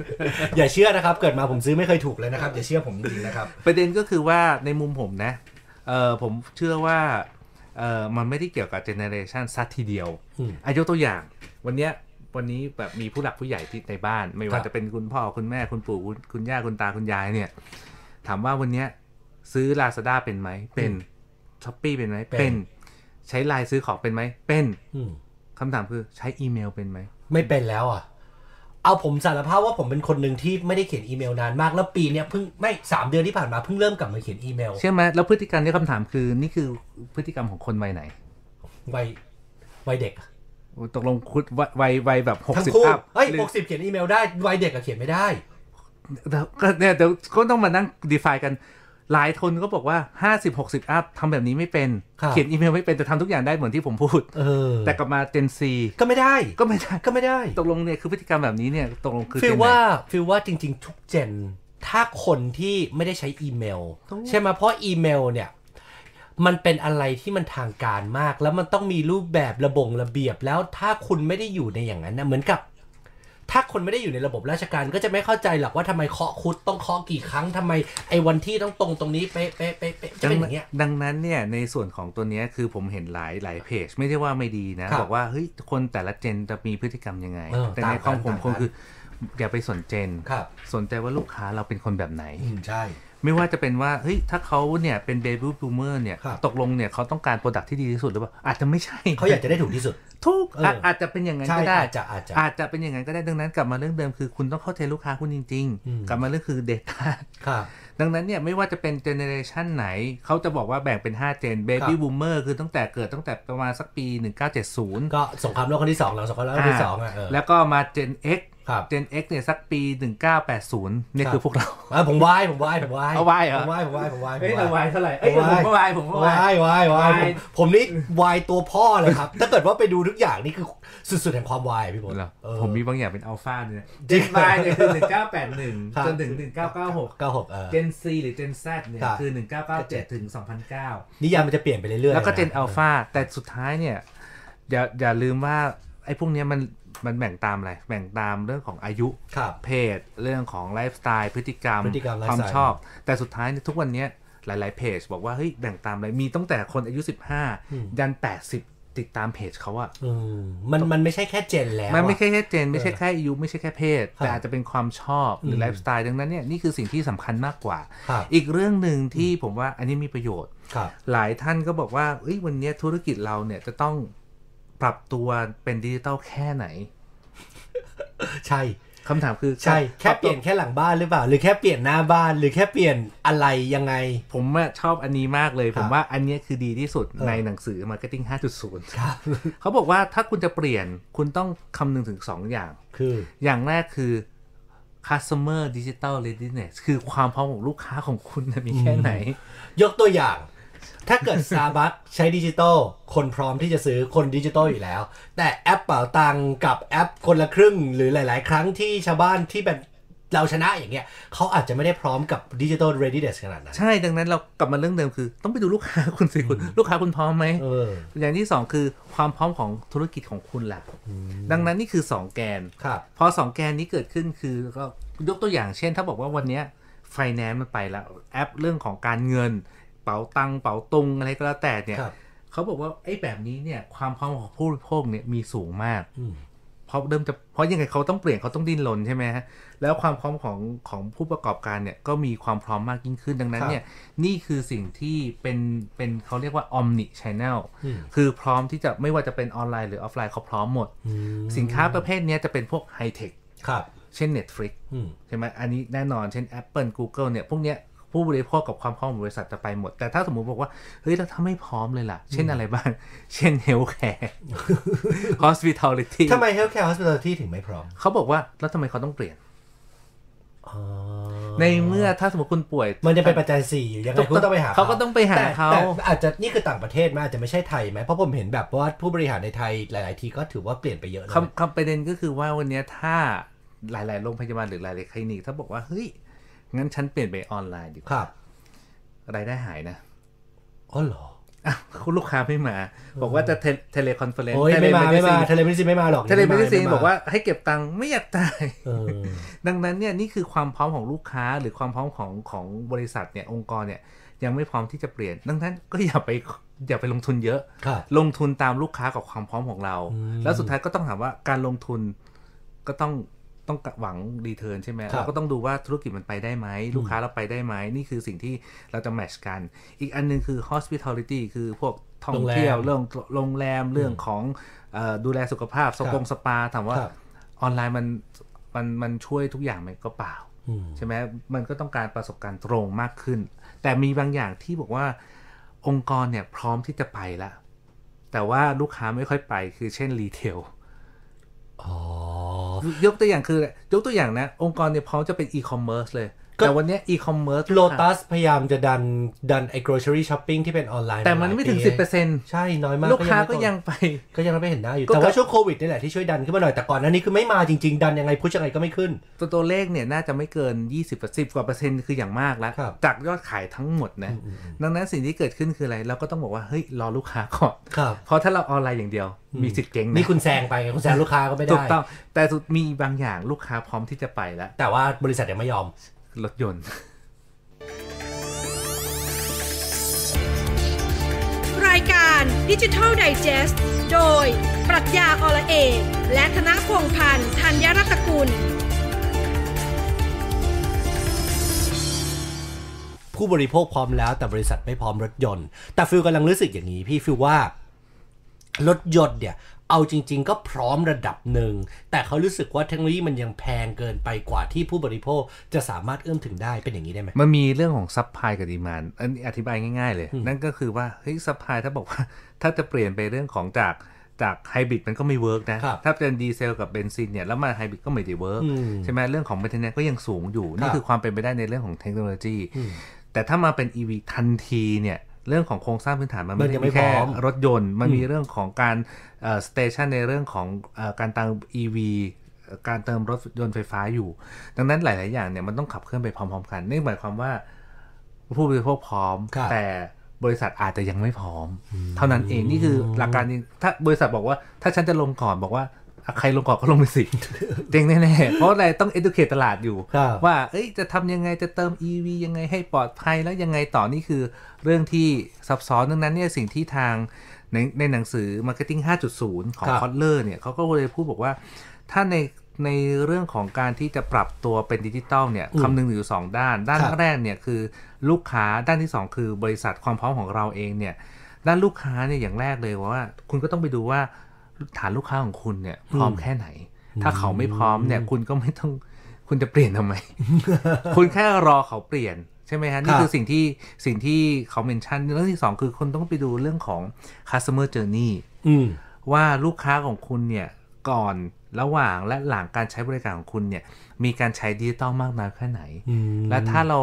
16อย่าเชื่อนะครับเกิดมาผมซื้อไม่เคยถูกเลยนะครับอย่าเชื่อผมจริงๆนะครับประเด็นก็คือว่าในมุมผมนะผมเชื่อว่ามันไม่ได้เกี่ยวกับ generation ซัดทีเดียวยกตัวอย่างวันนี้แบบมีผู้หลักผู้ใหญ่ที่ในบ้านไม่ว่าจะเป็นคุณพ่อคุณแม่คุณปู่คุณย่าคุณตาคุณยายเนี่ยถามว่าวันนี้ซื้อ Lazada เป็นไหมเป็น Shopee เป็นไหมเป็นใช้ไลน์ซื้อของเป็นไหมเป็นคำถามคือใช้อีเมลเป็นไหมไม่เป็นแล้วอ่ะเอาผมสารภาพว่าผมเป็นคนหนึ่งที่ไม่ได้เขียนอีเมลนานมากแล้วปีนี้เพิ่งไม่3 เดือนที่ผ่านมาเพิ่งเริ่มกลับมาเขียนอีเมลใช่ไหมแล้วพฤติกรรมนี้คำถามคือนี่คือพฤติกรรมของคนวัยไหนวัยเด็กตกลงคุณวัยแบบ 60อัพ60เขียนอีเมลได้วัยเด็กก็เขียนไม่ได้ก็เนี่ยเดี๋ยวก็ต้องมานั่ง define กันหลายคนก็บอกว่า50-60อัพทำแบบนี้ไม่เป็นเขียนอีเมลไม่เป็นแต่ทำทุกอย่างได้เหมือนที่ผมพูดแต่กลับมา Gen Z ก็ไม่ได้ตกลงเนี่ยคือพฤติกรรมแบบนี้เนี่ยตกลงคือฟีลว่าจริงๆทุกเจนถ้าคนที่ไม่ได้ใช้อีเมลใช่ไหมเพราะอีเมลเนี่ยมันเป็นอะไรที่มันทางการมากแล้วมันต้องมีรูปแบบระเบียบแล้วถ้าคุณไม่ได้อยู่ในอย่างนั้นนะเหมือนกับถ้าคนไม่ได้อยู่ในระบบราชการก็จะไม่เข้าใจหรอกว่าทำไมเคาะคุดต้องเคาะกี่ครั้งทำไมไอ้วันที่ต้องตรงนี้เป๊ะจะเป็นอย่างเงี้ยดังนั้นเนี่ยในส่วนของตัวนี้คือผมเห็นหลายเพจไม่ใช่ว่าไม่ดีนะบอกว่าคนแต่ละเจนจะมีพฤติกรรมยังไงแต่ในความผมคืออย่าไปสนเจนสนใจว่าลูกค้าเราเป็นคนแบบไหนใช่ไม่ว่าจะเป็นว่าถ้าเขาเนี่ยเป็นเบบี้บูมเมอร์เนี่ยตกลงเนี่ยเขาต้องการโปรดักที่ดีที่สุดหรือเปล่าอาจจะไม่ใช่เขาอยากจะได้ถูกที่สุดทุกอาจจะเป็นอย่างนั้นก็ได้อาจจะเป็นอย่างนั้นก็ได้ดังนั้นกลับมาเรื่องเดิมคือคุณต้องเข้าใจลูกค้าคุณจริงๆกลับมาเรื่องคือ data ดังนั้นเนี่ยไม่ว่าจะเป็นเจเนอเรชันไหนเขาจะบอกว่าแบ่งเป็น5เจนเบบี้บูมเมอร์คือตั้งแต่ประมาณสักปี1970 ก็สงครามโลกครั้งที่2หลังสงครามโลกครั้งที่2 แล้วก็มาเจน Xเจน X เนี่ยสักปี1980นี่คือพวกเราผมวายเอาวายเหรอผมวายเท่าไหร่ผมวายผมนี่วายตัวพ่อเลยครับถ้าเกิดว่าไปดูทุกอย่างนี่คือสุดๆแห่งความวายพี่บอลผมมีบางอย่างเป็นอัลฟาเนี่ยเจน Y เนี่ยคือ1981จนถึง1996เจน C หรือเจน Z เนี่ยคือ1997ถึง2009 นิยามมันจะเปลี่ยนไปเรื่อยๆแล้วก็เจนอัลฟาแต่สุดท้ายเนี่ยอย่าลืมว่าไอ้พวกนี้มันแบ่งตามอะไรแบ่งตามเรื่องของอายุเพศเรื่องของไลฟ์สไตล์พฤติกรรมความชอบแต่สุดท้ายทุกวันนี้หลายๆเพจบอกว่าแบ่งตามอะไรมีตั้งแต่คนอายุ15ยัน80ติดตามเพจเขาอะมันไม่ใช่แค่เจนแล้วมันไม่ใช่แค่เจนไม่ใช่แค่อายุไม่ใช่แค่เพศแต่อาจจะเป็นความชอบหรือไลฟ์สไตล์ดังนั้นเนี่ยนี่คือสิ่งที่สำคัญมากกว่าอีกเรื่องนึงที่ผมว่าอันนี้มีประโยชน์หลายท่านก็บอกว่าวันนี้ธุรกิจเราเนี่ยจะต้องปรับตัวเป็นดิจิตอลแค่ไหนใช่คำถามคือใช่แค่เปลี่ยนแค่หลังบ้านหรือเปล่าหรือแค่เปลี่ยนหน้าบ้านหรือแค่เปลี่ยนอะไรยังไงผมชอบอันนี้มากเลยผมว่าอันนี้คือดีที่สุดในหนังสือ Marketing 5.0 ครับเขาบอกว่าถ้าคุณจะเปลี่ยนคุณต้องคำนึงถึง2อย่างคืออย่างแรกคือ Customer Digital Readiness คือความพร้อมของลูกค้าของคุณมีแค่ไหนยกตัวอย่างถ้าเกิด Starbucks ใช้ดิจิตอลคนพร้อมที่จะซื้อคนดิจิตอลอยู่แล้วแต่แอปเป๋าตังกับแอปคนละครึ่งหรือหลายๆครั้งที่ชาวบ้านที่แบบเราชนะอย่างเงี้ยเขาอาจจะไม่ได้พร้อมกับดิจิตอลเรดิเนสขนาดนั้นใช่ดังนั้นเรากลับมาเรื่องเดิมคือต้องไปดูลูกค้าคุณสิคุณลูกค้าคุณพร้อมไหมอย่างที่2คือความพร้อมของธุรกิจของคุณล่ะดังนั้นนี่คือ2แกนพอ2แกนนี้เกิดขึ้นคือก็ยกตัวอย่างเช่นถ้าบอกว่าวันนี้ไฟแนนซ์มันไปแล้วแอปเรื่องของการเงินเป๋าตังเป๋าตุงอะไรก็แล้วแต่เนี่ยเขาบอกว่าไอ้แบบนี้เนี่ยความพร้อมของผู้บริโภคเนี่ยมีสูงมากเพราะยังไงเขาต้องเปลี่ยนเขาต้องดิ้นรนใช่ไหมฮะแล้วความพร้อมของผู้ประกอบการเนี่ยก็มีความพร้อมมากยิ่งขึ้นดังนั้นเนี่ยนี่คือสิ่งที่เป็นเขาเรียกว่า Omni Channel คือพร้อมที่จะไม่ว่าจะเป็นออนไลน์หรือออฟไลน์เขาพร้อมหมดสินค้าประเภทนี้จะเป็นพวกไฮเทคเช่น Netflix ใช่ไหมอันนี้แน่นอนเช่น Apple Google เนี่ยพวกเนี้ยผู้บริโภคกับความพร้อมของบริษัทจะไปหมดแต่ถ้าสมมุติบอกว่าเฮ้ยแล้วถ้าไม่พร้อมเลยล่ะเช่นอะไรบ้างเช่น Healthcare Hospitality ทำไม Healthcare Hospitality ถึงไม่พร้อมเขาบอกว่าแล้วทำไมเขาต้องเปลี่ยนในเมื่อถ้าสมมติคุณป่วยมันจะเป็นปัจจัย4อยู่ยังไงคุณต้องไปหาเขาก็ต้องไปหาเขาแต่อาจจะนี่คือต่างประเทศมั้ยอาจจะไม่ใช่ไทยมั้ยเพราะผมเห็นแบบว่าผู้บริหารในไทยหลายๆทีก็ถือว่าเปลี่ยนไปเยอะนะคำประเด็นก็คือว่าวันนี้ถ้าหลายๆโรงพยาบาลหรือหลายๆคลินิกถ้าบอกว่าเฮ้ยงั้นฉันเปลี่ยนไปออนไลน์ดีกว่ารายได้หายนะอ๋อเหรอคุณลูกค้าไม่มาบอกว่าจะเทเลคอนเฟอเรนซ์ไม่มาเทเลเมดิซินไม่มาหรอกเทเลเมดิซินบอกว่าให้เก็บตังค์ไม่อยากตายดังนั้นเนี่ยนี่คือความพร้อมของลูกค้าหรือความพร้อมของบริษัทเนี่ยองค์กรเนี่ยยังไม่พร้อมที่จะเปลี่ยนดังนั้นก็อย่าไปลงทุนเยอะลงทุนตามลูกค้ากับความพร้อมของเราแล้วสุดท้ายก็ต้องถามว่าการลงทุนก็ต้องหวังรีเทิร์นใช่ไหมเราก็ต้องดูว่าธุรกิจมันไปได้ไหมลูกค้าเราไปได้ไหมนี่คือสิ่งที่เราจะแมทช์กันอีกอันนึงคือ hospitality คือพวกท่องเที่ยวเรื่องโรงแรมเรื่องของดูแลสุขภาพสปาถามว่าออนไลน์มันช่วยทุกอย่างไหมก็เปล่าใช่ไหมมันก็ต้องการประสบการณ์ตรงมากขึ้นแต่มีบางอย่างที่บอกว่าองค์กรเนี่ยพร้อมที่จะไปละแต่ว่าลูกค้าไม่ค่อยไปคือเช่นรีเทลยกตัวอย่างนะองค์กรเนี่ยพร้อมจะเป็นอีคอมเมิร์ซเลยแต่วันนี้อีคอมเมิร์ซโลตัสพยายามจะดันไอ้ grocery shopping ที่เป็นออนไลน์แต่มันไม่ถึง 10% ใช่น้อยมากลูกค้าก็ยังไม่เห็นหน้าอยู่แต่ว่าช่วงโควิดนี่แหละที่ช่วยดันขึ้นมาหน่อยแต่ก่อนหน้านี้คือไม่มาจริงๆดันยังไงพุชยังไงก็ไม่ขึ้นตัวเลขเนี่ยน่าจะไม่เกิน10กว่า%คืออย่างมากแล้วจากยอดขายทั้งหมดนะดังนั้นสิ่งที่เกิดขึ้นคืออะไรเราก็ต้องบอกว่าเฮ้ยรอลูกค้าก่อนเพราะถ้าเราออนไลน์อย่างเดียวมีสิทธิ์เจ๊งนี่คุณแซงไปคุณแซงลูกค้าก็ไม่ได้ถูกต้องแต่มีบางอย่างลูกค้าพร้อมที่จะไปแล้วแต่ว่าบริษัทยังไม่ยอมรถยนต์รายการ Digital Digest โดยปรัชญาอรเอกและธนพงษ์พันธ์ธัญรัตนกุลผู้บริโภคพร้อมแล้วแต่บริษัทไม่พร้อมรถยนต์แต่ฟิลกำลังรู้สึกอย่างนี้พี่ฟิลว่ารถยนต์เนี่ยเอาจริงๆก็พร้อมระดับหนึ่งแต่เขารู้สึกว่าเทคโนโลยีมันยังแพงเกินไปกว่าที่ผู้บริโภคจะสามารถเอื้อมถึงได้เป็นอย่างนี้ได้ไหมมันมีเรื่องของซัพพลายกับดีมานด์อันนี้อธิบายง่ายๆเลยนั่นก็คือว่าเฮ้ยซัพพลายถ้าบอกว่าถ้าจะเปลี่ยนไปเรื่องของจากไฮบริดมันก็ไม่เวิร์กนะถ้าเป็นดีเซลกับเบนซินเนี่ยแล้วมาไฮบริดก็ไม่ได้เวิร์กใช่ไหมเรื่องของเมนเทนแนนซ์ก็ยังสูงอยู่นี่คือความเป็นไปได้ในเรื่องของเทคโนโลยีแต่ถ้ามาเป็น EV ทันทีเนี่ยเรื่องของโครงสร้างพื้นฐานมันไม่ได้มีแค่รถยนต์มันมีเรื่องของการสเตชันในเรื่องของการเติม EV การเติมรถยนต์ไฟฟ้าอยู่ดังนั้นหลายๆอย่างเนี่ยมันต้องขับเคลื่อนไปพร้อมๆกันนี่หมายความว่าผู้บริโภคพร้อมแต่บริษัทอาจจะยังไม่พร้อมเท่านั้นเองนี่คือหลักการถ้าบริษัทบอกว่าถ้าฉันจะลงก่อนบอกว่าใครลงก่อนก็ลงไปสิเจ๊งแน่ๆเพราะอะไรต้อง educate ตลาดอยู่ว่าจะทำยังไงจะเติม EV ยังไงให้ปลอดภัยแล้วยังไงต่อนี่คือเรื่องที่ซับซ้อนดังนั้นเนี่ยสิ่งที่ทางในหนังสือ Marketing 5.0 ของ Kotler เนี่ยเขาก็เลยพูดบอกว่าถ้าในเรื่องของการที่จะปรับตัวเป็นดิจิตอลเนี่ยคำนึงอยู่2ด้านแรกเนี่ยคือลูกค้าด้านที่2คือบริษัทความพร้อมของเราเองเนี่ยด้านลูกค้าเนี่ยอย่างแรกเลยว่าคุณก็ต้องไปดูว่าฐานลูกค้าของคุณเนี่ยพร้อมแค่ไหนถ้าเขาไม่พร้อมเนี่ยคุณก็ไม่ต้องคุณจะเปลี่ยนทำไม คุณแค่รอเขาเปลี่ยนใช่ไหมฮะนี่คือสิ่งที่เขาเมนชั่นเรื่องที่2คือคุณต้องไปดูเรื่องของ customer journey ว่าลูกค้าของคุณเนี่ยก่อนระหว่างและหลังการใช้บริการของคุณเนี่ยมีการใช้ดิจิตอลมากน้อยแค่ไหนและถ้าเรา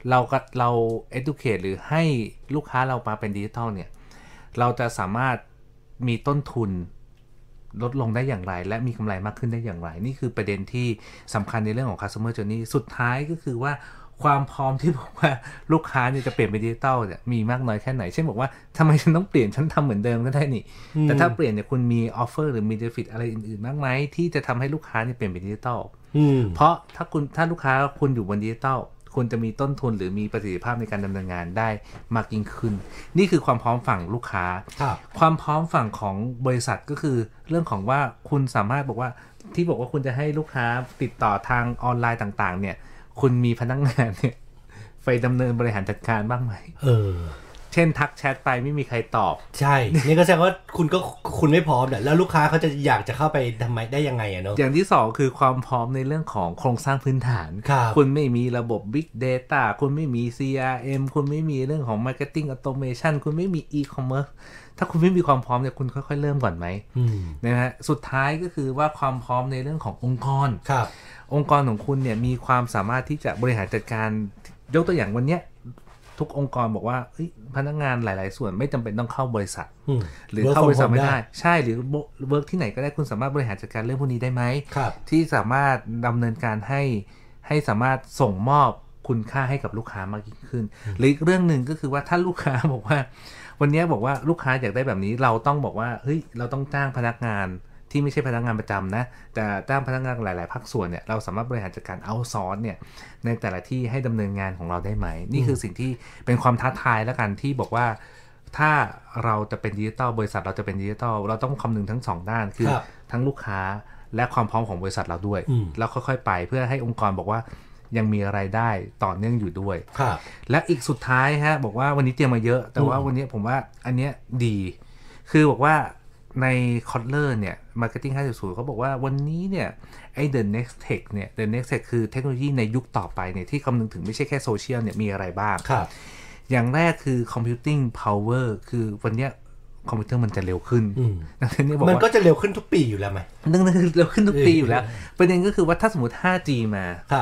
educate หรือให้ลูกค้าเรามาเป็นดิจิตอลเนี่ยเราจะสามารถมีต้นทุนลดลงได้อย่างไรและมีกำไรมากขึ้นได้อย่างไรนี่คือประเด็นที่สำคัญในเรื่องของ customer journey สุดท้ายก็คือว่าความพร้อมที่บอกว่าลูกค้าเนี่ยจะเปลี่ยนเป็นดิจิตอลเนี่ยมีมากน้อยแค่ไหนเช่นบอกว่าทำไมฉันต้องเปลี่ยนฉันทำเหมือนเดิมก็ได้นี่แต่ถ้าเปลี่ยนเนี่ยคุณมีออฟเฟอร์หรือมีเบเนฟิตอะไรอื่นๆมากไหมที่จะทำให้ลูกค้าเนี่ยเปลี่ยนเป็นดิจิตอลเพราะถ้าลูกค้าคุณอยู่บนดิจิตอลคุณจะมีต้นทุนหรือมีประสิทธิภาพในการดำเนินงานได้มากยิ่งขึ้นนี่คือความพร้อมฝั่งลูกค้าความพร้อมฝั่งของบริษัทก็คือเรื่องของว่าคุณสามารถบอกว่าที่บอกว่าคุณจะให้ลูกค้าติดต่อทางออนไลน์ต่างๆเนี่ยคุณมีพนักงานเนี่ยไปดำเนินบริหารจัดการบ้างไหมเช่นทักแชทไปไม่มีใครตอบใช่นี่ก็แสดงว่าคุณไม่พร้อมเนี่ยแล้วลูกค้าเขาจะอยากจะเข้าไปทำไมได้ยังไงอะเนาะอย่างที่2คือความพร้อมในเรื่องของโครงสร้างพื้นฐานคุณไม่มีระบบ Big Data คุณไม่มี CRM คุณไม่มีเรื่องของ Marketing Automation คุณไม่มี E-commerce ถ้าคุณไม่มีความพร้อมเนี่ยคุณค่อยๆเริ่มก่อนไหมนะฮะสุดท้ายก็คือว่าความพร้อมในเรื่องขององค์กรองค์กรของคุณเนี่ยมีความสามารถที่จะบริหารจัดการยกตัวอย่างวันนี้ทุกองค์กรบอกว่าพนักงานหลายๆส่วนไม่จำเป็นต้องเข้าบริษัทหรือเข้าบริษัทไม่ได้ใช่หรือเวิร์กที่ไหนก็ได้คุณสามารถบริหารจัดการเรื่องพวกนี้ได้ไหมที่สามารถดำเนินการให้สามารถส่งมอบคุณค่าให้กับลูกค้ามากยิ่งขึ้นหรืออีกเรื่องหนึ่งก็คือว่าถ้าลูกค้าบอกว่าวันนี้บอกว่าลูกค้าอยากได้แบบนี้เราต้องบอกว่าเราต้องจ้างพนักงานที่ไม่ใช่พนักงานประจำนะแต่จ้างพนักงานหลายๆภาคส่วนเนี่ยเราสามารถบริหารจัดการเอาท์ซอร์สเนี่ยในแต่ละที่ให้ดำเนินงานของเราได้ไหมนี่คือสิ่งที่เป็นความท้าทายแล้วกันที่บอกว่าถ้าเราจะเป็นดิจิตอลบริษัทเราจะเป็นดิจิตอลเราต้องคำนึงทั้ง2ด้านคือทั้งลูกค้าและความพร้อมของบริษัทเราด้วยแล้วค่อยๆไปเพื่อให้องค์กรบอกว่ายังมีรายได้ต่อเนื่องอยู่ด้วยและอีกสุดท้ายฮะบอกว่าวันนี้เตรียมมาเยอะแต่ว่าวันนี้ผมว่าอันเนี้ยดีคือบอกว่าใน Kotler เนี่ย Marketing 5.0 เขาบอกว่าวันนี้เนี่ยไอ้ The Next Tech เนี่ย The Next Tech คือเทคโนโลยีในยุคต่อไปเนี่ยที่คำนึงถึงไม่ใช่แค่โซเชียลเนี่ยมีอะไรบ้างอย่างแรกคือ Computing Power คือวันนี้คอมพิวเตอร์มันจะเร็วขึ้นมันก็จะเร็วขึ้นทุกปีอยู่แล้วไหมนั่นคือเร็วขึ้นทุกปีอยู่แล้วประเด็นก็คือว่าถ้าสมมติ 5G มา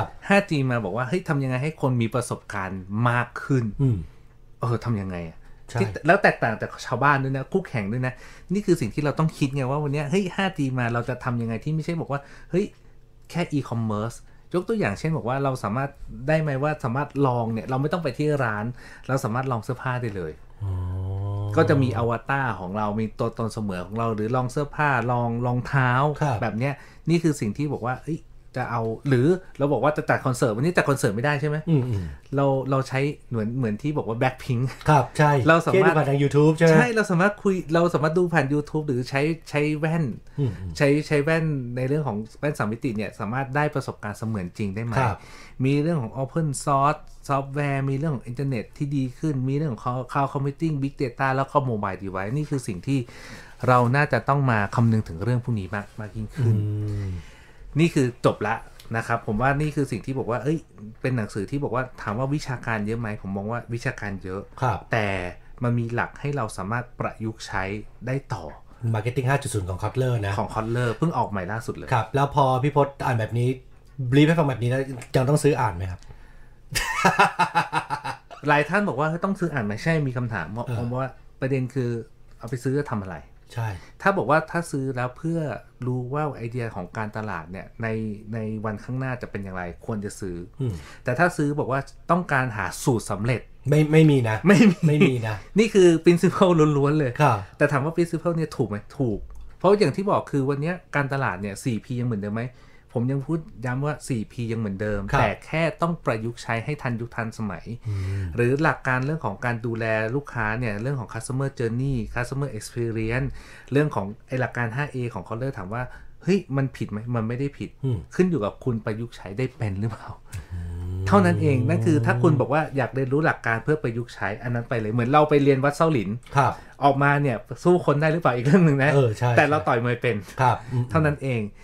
5G มาบอกว่าเฮ้ยทำยังไงให้คนมีประสบการณ์มากขึ้นทำยังไงแล้วแตกต่างจากชาวบ้านด้วยนะคู่แข่งด้วยนะนี่คือสิ่งที่เราต้องคิดไงว่าวันนี้เฮ้ย 5G มาเราจะทำยังไงที่ไม่ใช่บอกว่าเฮ้ยแค่ e-commerce ยกตัวอย่างเช่นบอกว่าเราสามารถได้ไหมว่าสามารถลองเนี่ยเราไม่ต้องไปที่ร้านเราสามารถลองเสื้อผ้าได้เลยก็จะมีอวตารของเรามีตัวตนเสมือนของเราหรือลองเสื้อผ้าลองรองเท้าแบบเนี้ยนี่คือสิ่งที่บอกว่าจะเอาหรือเราบอกว่าจะจัดคอนเสิร์ตวันนี้จัดคอนเสิร์ตไม่ได้ใช่ไหมเราใช้เหมือนที่บอกว่า Blackpink ครับใช่เราสามารถผ่านทาง YouTube ใช่ไหมใช่เราสามารถดูผ่าน YouTube หรือใช้แว่นใช้แว่นในเรื่องของแว่น3มิติเนี่ยสามารถได้ประสบการณ์เสมือนจริงได้ไหมมีเรื่องของ Open Source ซอฟต์แวร์มีเรื่องของอินเทอร์เน็ตที่ดีขึ้นมีเรื่องของ Cloud Computing Big Data แล้วก็ Mobile Device นี่คือสิ่งที่เราน่าจะต้องมาคำนึงถึงเรื่องพวกนี้มากยิ่งขึ้นนี่คือจบละนะครับผมว่านี่คือสิ่งที่บอกว่าเป็นหนังสือที่บอกว่าถามว่าวิชาการเยอะไหมผมมองว่าวิชาการเยอะแต่มันมีหลักให้เราสามารถประยุกต์ใช้ได้ต่อ Marketing 5.0 ของ Kotler นะของ Kotler เพิ่งออกใหม่ล่าสุดเลยครับแล้วพอพี่พจน์อ่านแบบนี้บรีฟให้ฟังแบบนี้แล้วยังต้องซื้ออ่านไหมครับหลายท่านบอกว่าต้องซื้ออ่านไหมใช่มีคำถามผมว่าประเด็นคือเอาไปซื้อจะทำอะไรใช่ถ้าบอกว่าถ้าซื้อแล้วเพื่อรู้ว่าไอเดียของการตลาดเนี่ยในวันข้างหน้าจะเป็นอย่างไรควรจะซื้อแต่ถ้าซื้อบอกว่าต้องการหาสูตรสำเร็จไม่มีนะไม่มีนะนี่คือ principle ล้วนๆเลยแต่ถามว่า principle เนี่ยถูกไหมถูกเพราะอย่างที่บอกคือวันนี้การตลาดเนี่ย 4P ยังเหมือนเดิมไหมผมยังพูดย้ำว่า 4P ยังเหมือนเดิมแต่แค่ต้องประยุกต์ใช้ให้ทันยุคทันสมัยหรือหลักการเรื่องของการดูแลลูกค้าเนี่ยเรื่องของ customer journey customer experience เรื่องของไอหลักการ 5A ของ Kotler ถามว่าเฮ้ยมันผิดไหมมันไม่ได้ผิดขึ้นอยู่กับคุณประยุกต์ใช้ได้เป็นหรือเปล่าเท่านั้นเองนั่นคือถ้าคุณบอกว่าอยากเรียนรู้หลักการเพื่อประยุกต์ใช้อันนั้นไปเลยเหมือนเราไปเรียนวัดเซาหลินออกมาเนี่ยสู้คนได้หรือเปล่าอีกเรื่องนึงนะแต่เราต่อยมวยเป็นเท่านั้นเอง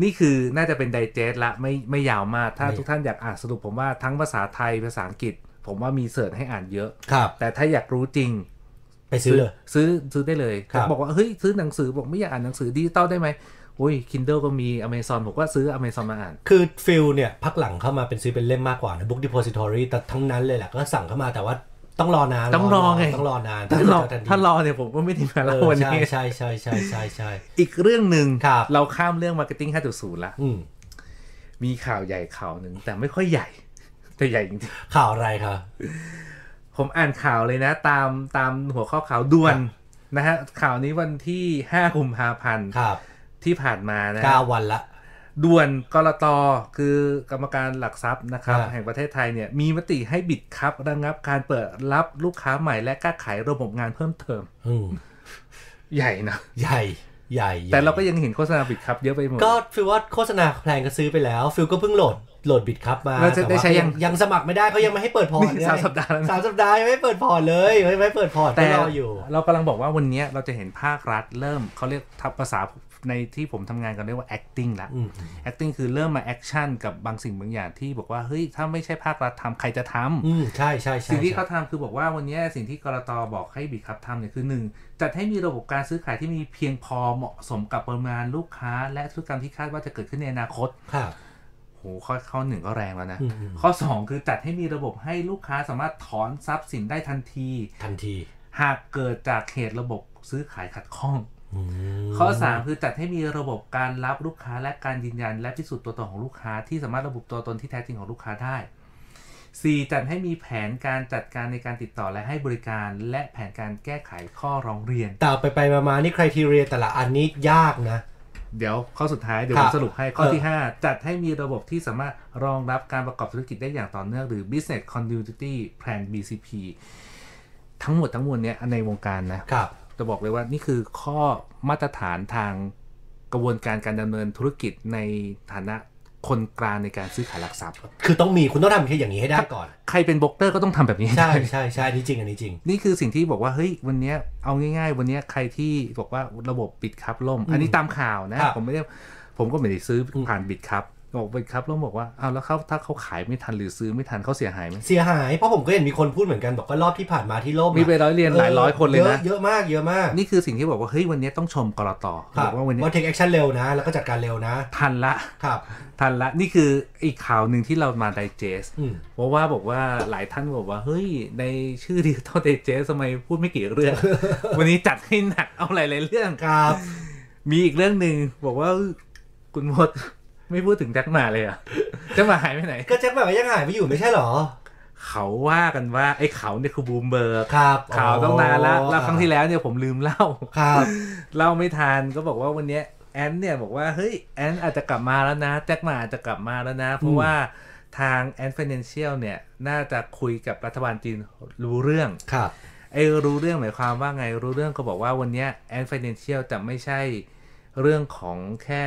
นี่คือน่าจะเป็นไดเจสละไม่ยาวมากถ้าทุกท่านอยากอ่านสรุปผมว่าทั้งภาษาไทยภาษาอังกฤษผมว่ามีเสิร์ชให้อ่านเยอะแต่ถ้าอยากรู้จริงไปซื้อเลยซื้อได้เลยบอกว่าเฮ้ยซื้อหนังสือบอกไม่อยากอ่านหนังสือดิจิตอลได้ไหมโอ้ย Kindle ก็มี Amazon ผมก็ซื้อ Amazon มาอ่านคือฟิลเนี่ยพักหลังเข้ามาเป็นซื้อเป็นเล่มมากกว่านะ Book Depository แต่ทั้งนั้นเลยแหละก็สั่งเข้ามาแต่ว่าต้องรอนานต้องรอไงต้องรอนานถ้ารอเนี่ยผมก็ไม่ได้มาแล้ววันนี้ใช่อีกเรื่องนึงเราข้ามเรื่อง Marketing 5.0 ละมีข่าวใหญ่ข่าวนึงแต่ไม่ค่อยใหญ่แต่ใหญ่จริงๆข่าวอะไรครับผมอ่านข่าวเลยนะตามหัวข้อข่าวด่วนนะฮะข่าวนี้วันที่5 กุมภาพันธ์ที่ผ่านมานะ 9 วันละด่วนกลต.คือกรรมการหลักทรัพย์นะครับแห่งประเทศไทยเนี่ยมีมติให้บิดครับระงับการเปิดรับลูกค้าใหม่และแก้ไขระบบงานเพิ่มเติมใหญ่นะใหญ่แต่เราก็ยังเห็นโฆษณาบิดครับเยอะไปหมดก็ฟิลว่าโฆษณาแพงก็ซื้อไปแล้วฟิลก็เพิ่งโหลดบิดครับมาแต่ได้ใช้ยังสมัครไม่ได้เขายังไม่ให้เปิดพอร์ตเลย3 สัปดาห์แล้ว 3 สัปดาห์ยังไม่เปิดพอร์ตเลยไม่เปิดพอร์ตแต่รออยู่เรากำลังบอกว่าวันนี้เราจะเห็นภาครัฐเริ่มเขาเรียกภาษาในที่ผมทำงานกันเรียกว่า acting ละ acting คือเริ่มมา action กับบางสิ่งบางอย่างที่บอกว่าเฮ้ยถ้าไม่ใช่ภาครัฐทำใครจะทำใช่สิ่งที่เขาทำคือบอกว่าวันนี้สิ่งที่กลต.บอกให้บิดครับทำเนี่ยคือ1จัดให้มีระบบการซื้อขายที่มีเพียงพอเหมาะสมกับปริมาณลูกค้าและธุรกรรมที่คาดว่าจะเกิดขึ้นในอนาคตโหข้อ1ก็แรงแล้วนะข้อ2คือจัดให้มีระบบให้ลูกค้าสามารถถอนทรัพย์สินได้ทันทีหากเกิดจากเหตุระบบซื้อขายขัดข้องข้อ3คือจัดให้มีระบบการรับลูกค้าและการยืนยันและพิสูจน์ตัวตนของลูกค้าที่สามารถระบุตัวตนที่แท้จริงของลูกค้าได้ 4. จัดให้มีแผนการจัดการในการติดต่อและให้บริการและแผนการแก้ไขข้อร้องเรียนแต่ไปมานี่ criteria แต่ละอันนี้ยากนะเดี๋ยวข้อสุดท้ายเดี๋ยวผมสรุปให้ข้อที่5จัดให้มีระบบที่สามารถรองรับการประกอบธุรกิจได้อย่างต่อเนื่องหรือ business continuity plan BCP ทั้งหมดทั้งมวลเนี้ยในวงการนะครับจะบอกเลยว่านี่คือข้อมาตรฐานทางกระบวนการการดำเนินธุรกิจในฐานะคนกลางในการซื้อขายหลักทรัพย์คือต้องมีคุณต้องทำแค่อย่างนี้ให้ได้ก่อนใครเป็นโบรกเกอร์ก็ต้องทำแบบนี้ใช่นี่จริงอันนี้จริงนี่คือสิ่งที่บอกว่าเฮ้ยวันนี้เอาง่ายๆวันนี้ใครที่บอกว่าระบบบิดครับล่มอันนี้ตามข่าวนะผมก็ไม่ได้ซื้อผ่านบิดครับบอกบิดครับแล้วบอกว่าเอาแล้วถ้าเขาขายไม่ทันหรือซื้อไม่ทันเขาเสียหายไหมเสียหายเพราะผมก็เห็นมีคนพูดเหมือนกันบอกว่ารอบที่ผ่านมาที่ล่มมีไปร้อยเรียนหลายร้อยคนเลยนะเยอะมากนี่คือสิ่งที่บอกว่าเฮ้ยวันนี้ต้องชมกลต.บอกว่าวันนี้ว่า take action เร็วนะแล้วก็จัดการเร็วนะทันละนี่คืออีกข่าวหนึ่งที่เรามา digest เพราะว่าบอกว่าหลายท่านบอกว่าเฮ้ยในชื่อ Digital Digest ทำไมพูดไม่กี่เรื่อง วันนี้จัดให้หนักเอาหลายๆเรื่องครับมีอีกเรื่องนึงบอกว่าคุณมดไม่พูดถึงแจ็คหม่าเลยอ่ะแจ็คหม่าหายไปไหนก็แจ็คหม่าก็ยังหายไปอยู่ไม่ใช่หรอเขาว่ากันว่าไอ้เขาเนี่ยคือบูมเบอร์ข่าวต้องนานแล้วครั้งที่แล้วเนี่ยผมลืมเล่าครับเล่าไม่ทันก็บอกว่าวันนี้แอนเนี่ยบอกว่าเฮ้ยแอนอาจจะกลับมาแล้วนะแจ็คหม่าอาจจะกลับมาแล้วนะเพราะว่าทางแอน Financial เนี่ยน่าจะคุยกับรัฐบาลจีนรู้เรื่องครับไอ้รู้เรื่องหมายความว่าไงรู้เรื่องก็บอกว่าวันนี้แอน Financial จะไม่ใช่เรื่องของแค่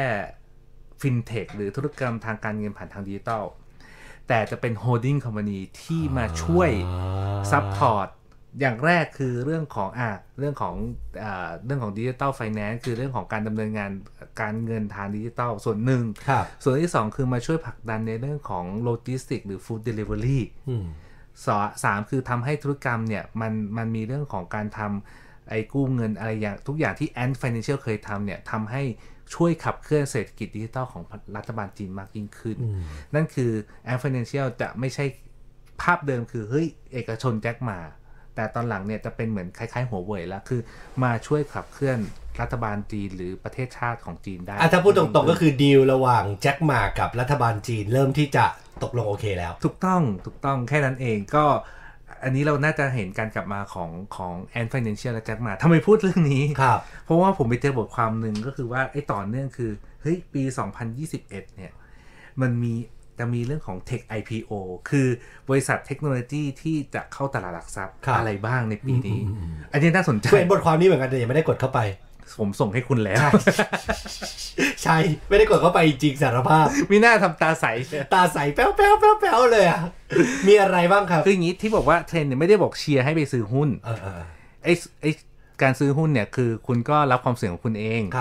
FinTech หรือธุรกรรมทางการเงินผ่านทางดิจิทัลแต่จะเป็น holding company ที่มาช่วยซัพพอร์ตอย่างแรกคือเรื่องของDigital Finance คือเรื่องของการดำเนินงานการเงินทางดิจิทัลส่วนหนึ่งส่วนที่2คือมาช่วยผลักดันในเรื่องของโลจิสติกหรือ Food Delivery 3คือทำให้ธุรกรรมเนี่ยมันมีเรื่องของการทำไอ้กู้เงินอะไรอย่างทุกอย่างที่ Ant Financial เคยทำเนี่ยทำให้ช่วยขับเคลื่อนเศรษฐกิจดิจิทัลของรัฐบาลจีนมากยิ่งขึ้นนั่นคือ Ant Financial จะไม่ใช่ภาพเดิมคือเฮ้ยเอกชนแจ็คหม่าแต่ตอนหลังเนี่ยจะเป็นเหมือนคล้ายๆหัวเว่ยแล้วคือมาช่วยขับเคลื่อนรัฐบาลจีนหรือประเทศชาติของจีนได้ถ้าพูดตรงๆก็คือดีลระหว่างแจ็คหม่ากับรัฐบาลจีนเริ่มที่จะตกลงโอเคแล้วถูกต้องแค่นั้นเองก็อันนี้เราน่าจะเห็นการกลับมาของ Ant Financial และแจ็คหม่าทำไมพูดเรื่องนี้ครับเพราะว่าผมไปเจอบทความหนึ่งก็คือว่าไอ้ต่อเนื่องคือเฮ้ยปี2021เนี่ยมันจะมีเรื่องของ Tech IPO คือบริษัทเทคโนโลยีที่จะเข้าตลาดหลักทรัพย์อะไรบ้างในปีนี้อันนี้น่าสนใจเป็นบทความนี้เหมือนกันแต่ยังไม่ได้กดเข้าไปผมส่งให้คุณแล้วใช่ไม่ได้กดเข้าไปจริงสารภาพมีหน้าทำตาใสแป๊วๆเลยอ่ะมีอะไรบ้างครับคืออย่างนี้ที่บอกว่าเทรนเนี่ยไม่ได้บอกเชียร์ให้ไปซื้อหุ้นไอ้การซื้อหุ้นเนี่ยคือคุณก็รับความเสี่ยงของคุณเอง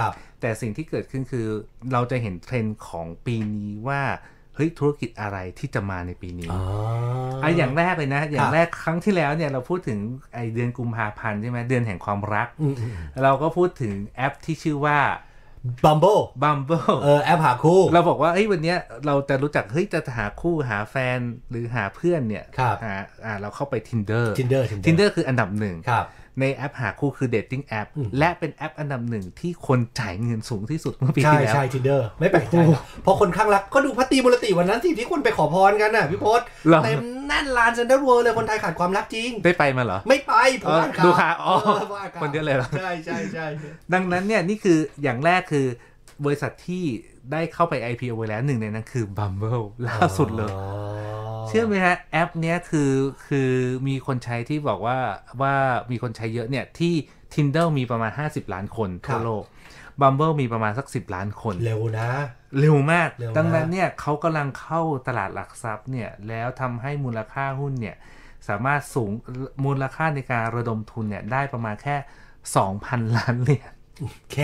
แต่สิ่งที่เกิดขึ้นคือเราจะเห็นเทรนด์ของปีนี้ว่าเฮ้ยธุรกิจอะไรที่จะมาในปีนี้อย่างแรกเลยนะอย่างแรกครั้งที่แล้วเนี่ยเราพูดถึงไอเดือนกุมภาพันธ์ใช่ไหมเดือนแห่งความรักเราก็พูดถึงแอปที่ชื่อว่า Bumble แอปหาคู่เราบอกว่าเฮ้ยวันนี้เราจะรู้จักเฮ้ยจะหาคู่หาแฟนหรือหาเพื่อนเนี่ยเราเข้าไป Tinder คืออันดับหนึ่งในแอปหาคู่คือเดทติ้งแอปและเป็นแอปอันดับหนึ่งที่คนจ่ายเงินสูงที่สุดเมื่อปีที่แล้วใช่ Tinder ไม่แปลกใจเพราะคนข้างรักก็ดูพัตตีมุรติวันนั้นที่คนไปขอพรกันน่ะพี่พศเต็มแน่นลานเซ็นทรัลเวิลด์เลยคนไทยขาดความรักจริงได้ไปมาเหรอไม่ไปผมดูข่าวคนเดียวเลยเหรอใช่ดังนั้นเนี่ยนี่คืออย่างแรกคือบริษัทที่ได้เข้าไป IPO ไว้แล้วหนึ่งในนั้นคือ Bumble ล่าสุดเลยเชื่อไหมฮะแอปเนี้ยคือมีคนใช้ที่บอกว่ามีคนใช้เยอะเนี่ยที่ Tinder มีประมาณ50ล้านคนทั่วโลก Bumble มีประมาณสัก10ล้านคนเร็วนะเร็วมากดังนั้นเนี่ยเขากำลังเข้าตลาดหลักทรัพย์เนี่ยแล้วทำให้มูลค่าหุ้นเนี่ยสามารถสูงมูลค่าในการระดมทุนเนี่ยได้ประมาณแค่ 2,000 ล้านเหรียญแค่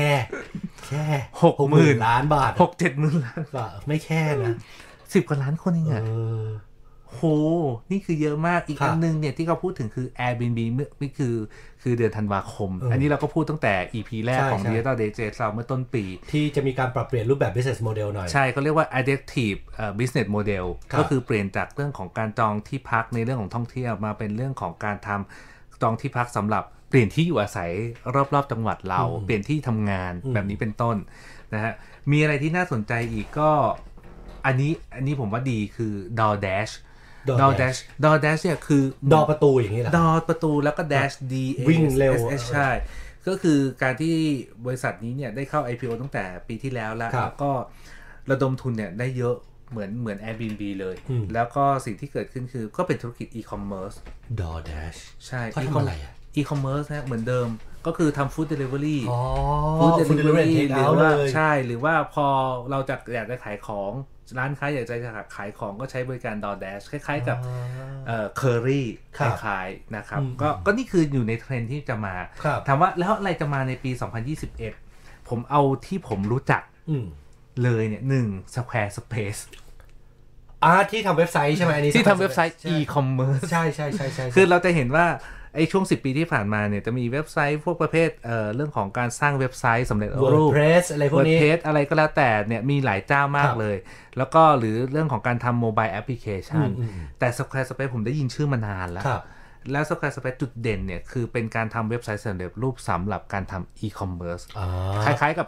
60,000 ล้านบาท 6-7,000 ล้านบาทไม่แค่นะ 10กว่าล้านคนเองอ่ะโหนี่คือเยอะมากอีกอันนึงเนี่ยที่เขาพูดถึงคือ Airbnb นี่คือเดือนธันวาคมอันนี้เราก็พูดตั้งแต่ EP แรกของ Digital Digest เราเมื่อต้นปีที่จะมีการปรับเปลี่ยนรูปแบบ business model หน่อยใช่เขาเรียกว่า adaptive business model ก็คือเปลี่ยนจากเรื่องของการจองที่พักในเรื่องของท่องเที่ยวมาเป็นเรื่องของการทำจองที่พักสำหรับเปลี่ยนที่อยู่อาศัยรอบๆจังหวัดเราเปลี่ยนที่ทำงานแบบนี้เป็นต้นนะฮะมีอะไรที่น่าสนใจอีกก็อันนี้ผมว่าดีคือ DoorDash เนี่ยคือดอประตูอย่างนี้แหละดอประตูแล้วก็ dash d วิ่งเร็วใช่ก็คือการที่บริษัทนี้เนี่ยได้เข้า IPO ตั้งแต่ปีที่แล้วแล้วก็ระดมทุนเนี่ยได้เยอะเหมือน Airbnb เลยแล้วก็สิ่งที่เกิดขึ้นคือก็เป็นธุรกิจ e-commerce DoorDash ใช่เขาทำอะไรอ่ะ e-commerce นะเหมือนเดิมก็คือทำ food delivery หรือว่าใช่หรือว่าพอเราอยากจะขายของร้านค้าอยากจะขายของก็ใช้บริการ DoorDash คล้ายๆกับCurry คล้ายๆนะครับก็นี่คืออยู่ในเทรนด์ที่จะมาถามว่าแล้วอะไรจะมาในปี 2021 ผมเอาที่ผมรู้จักเลยเนี่ย1 Square Space ที่ทำเว็บไซต์ใช่ไหมอันนี้ที่ทำเว็บไซต์ e-commerce ใช่คือเราจะเห็นว่าไอ้ช่วง10ปีที่ผ่านมาเนี่ยจะมีเว็บไซต์พวกประเภทเรื่องของการสร้างเว็บไซต์สำเร็จรูป WordPress อะไรพวกนี้ WordPress อะไรก็แล้วแต่เนี่ยมีหลายเจ้ามากเลยแล้วก็หรือเรื่องของการทำโมบายแอปพลิเคชันแต่ Squarespace ผมได้ยินชื่อมานานแล้ว Squarespace จุดเด่นเนี่ยคือเป็นการทำเว็บไซต์สำเร็จรูปสำหรับการทำ e-commerce คล้ายๆกับ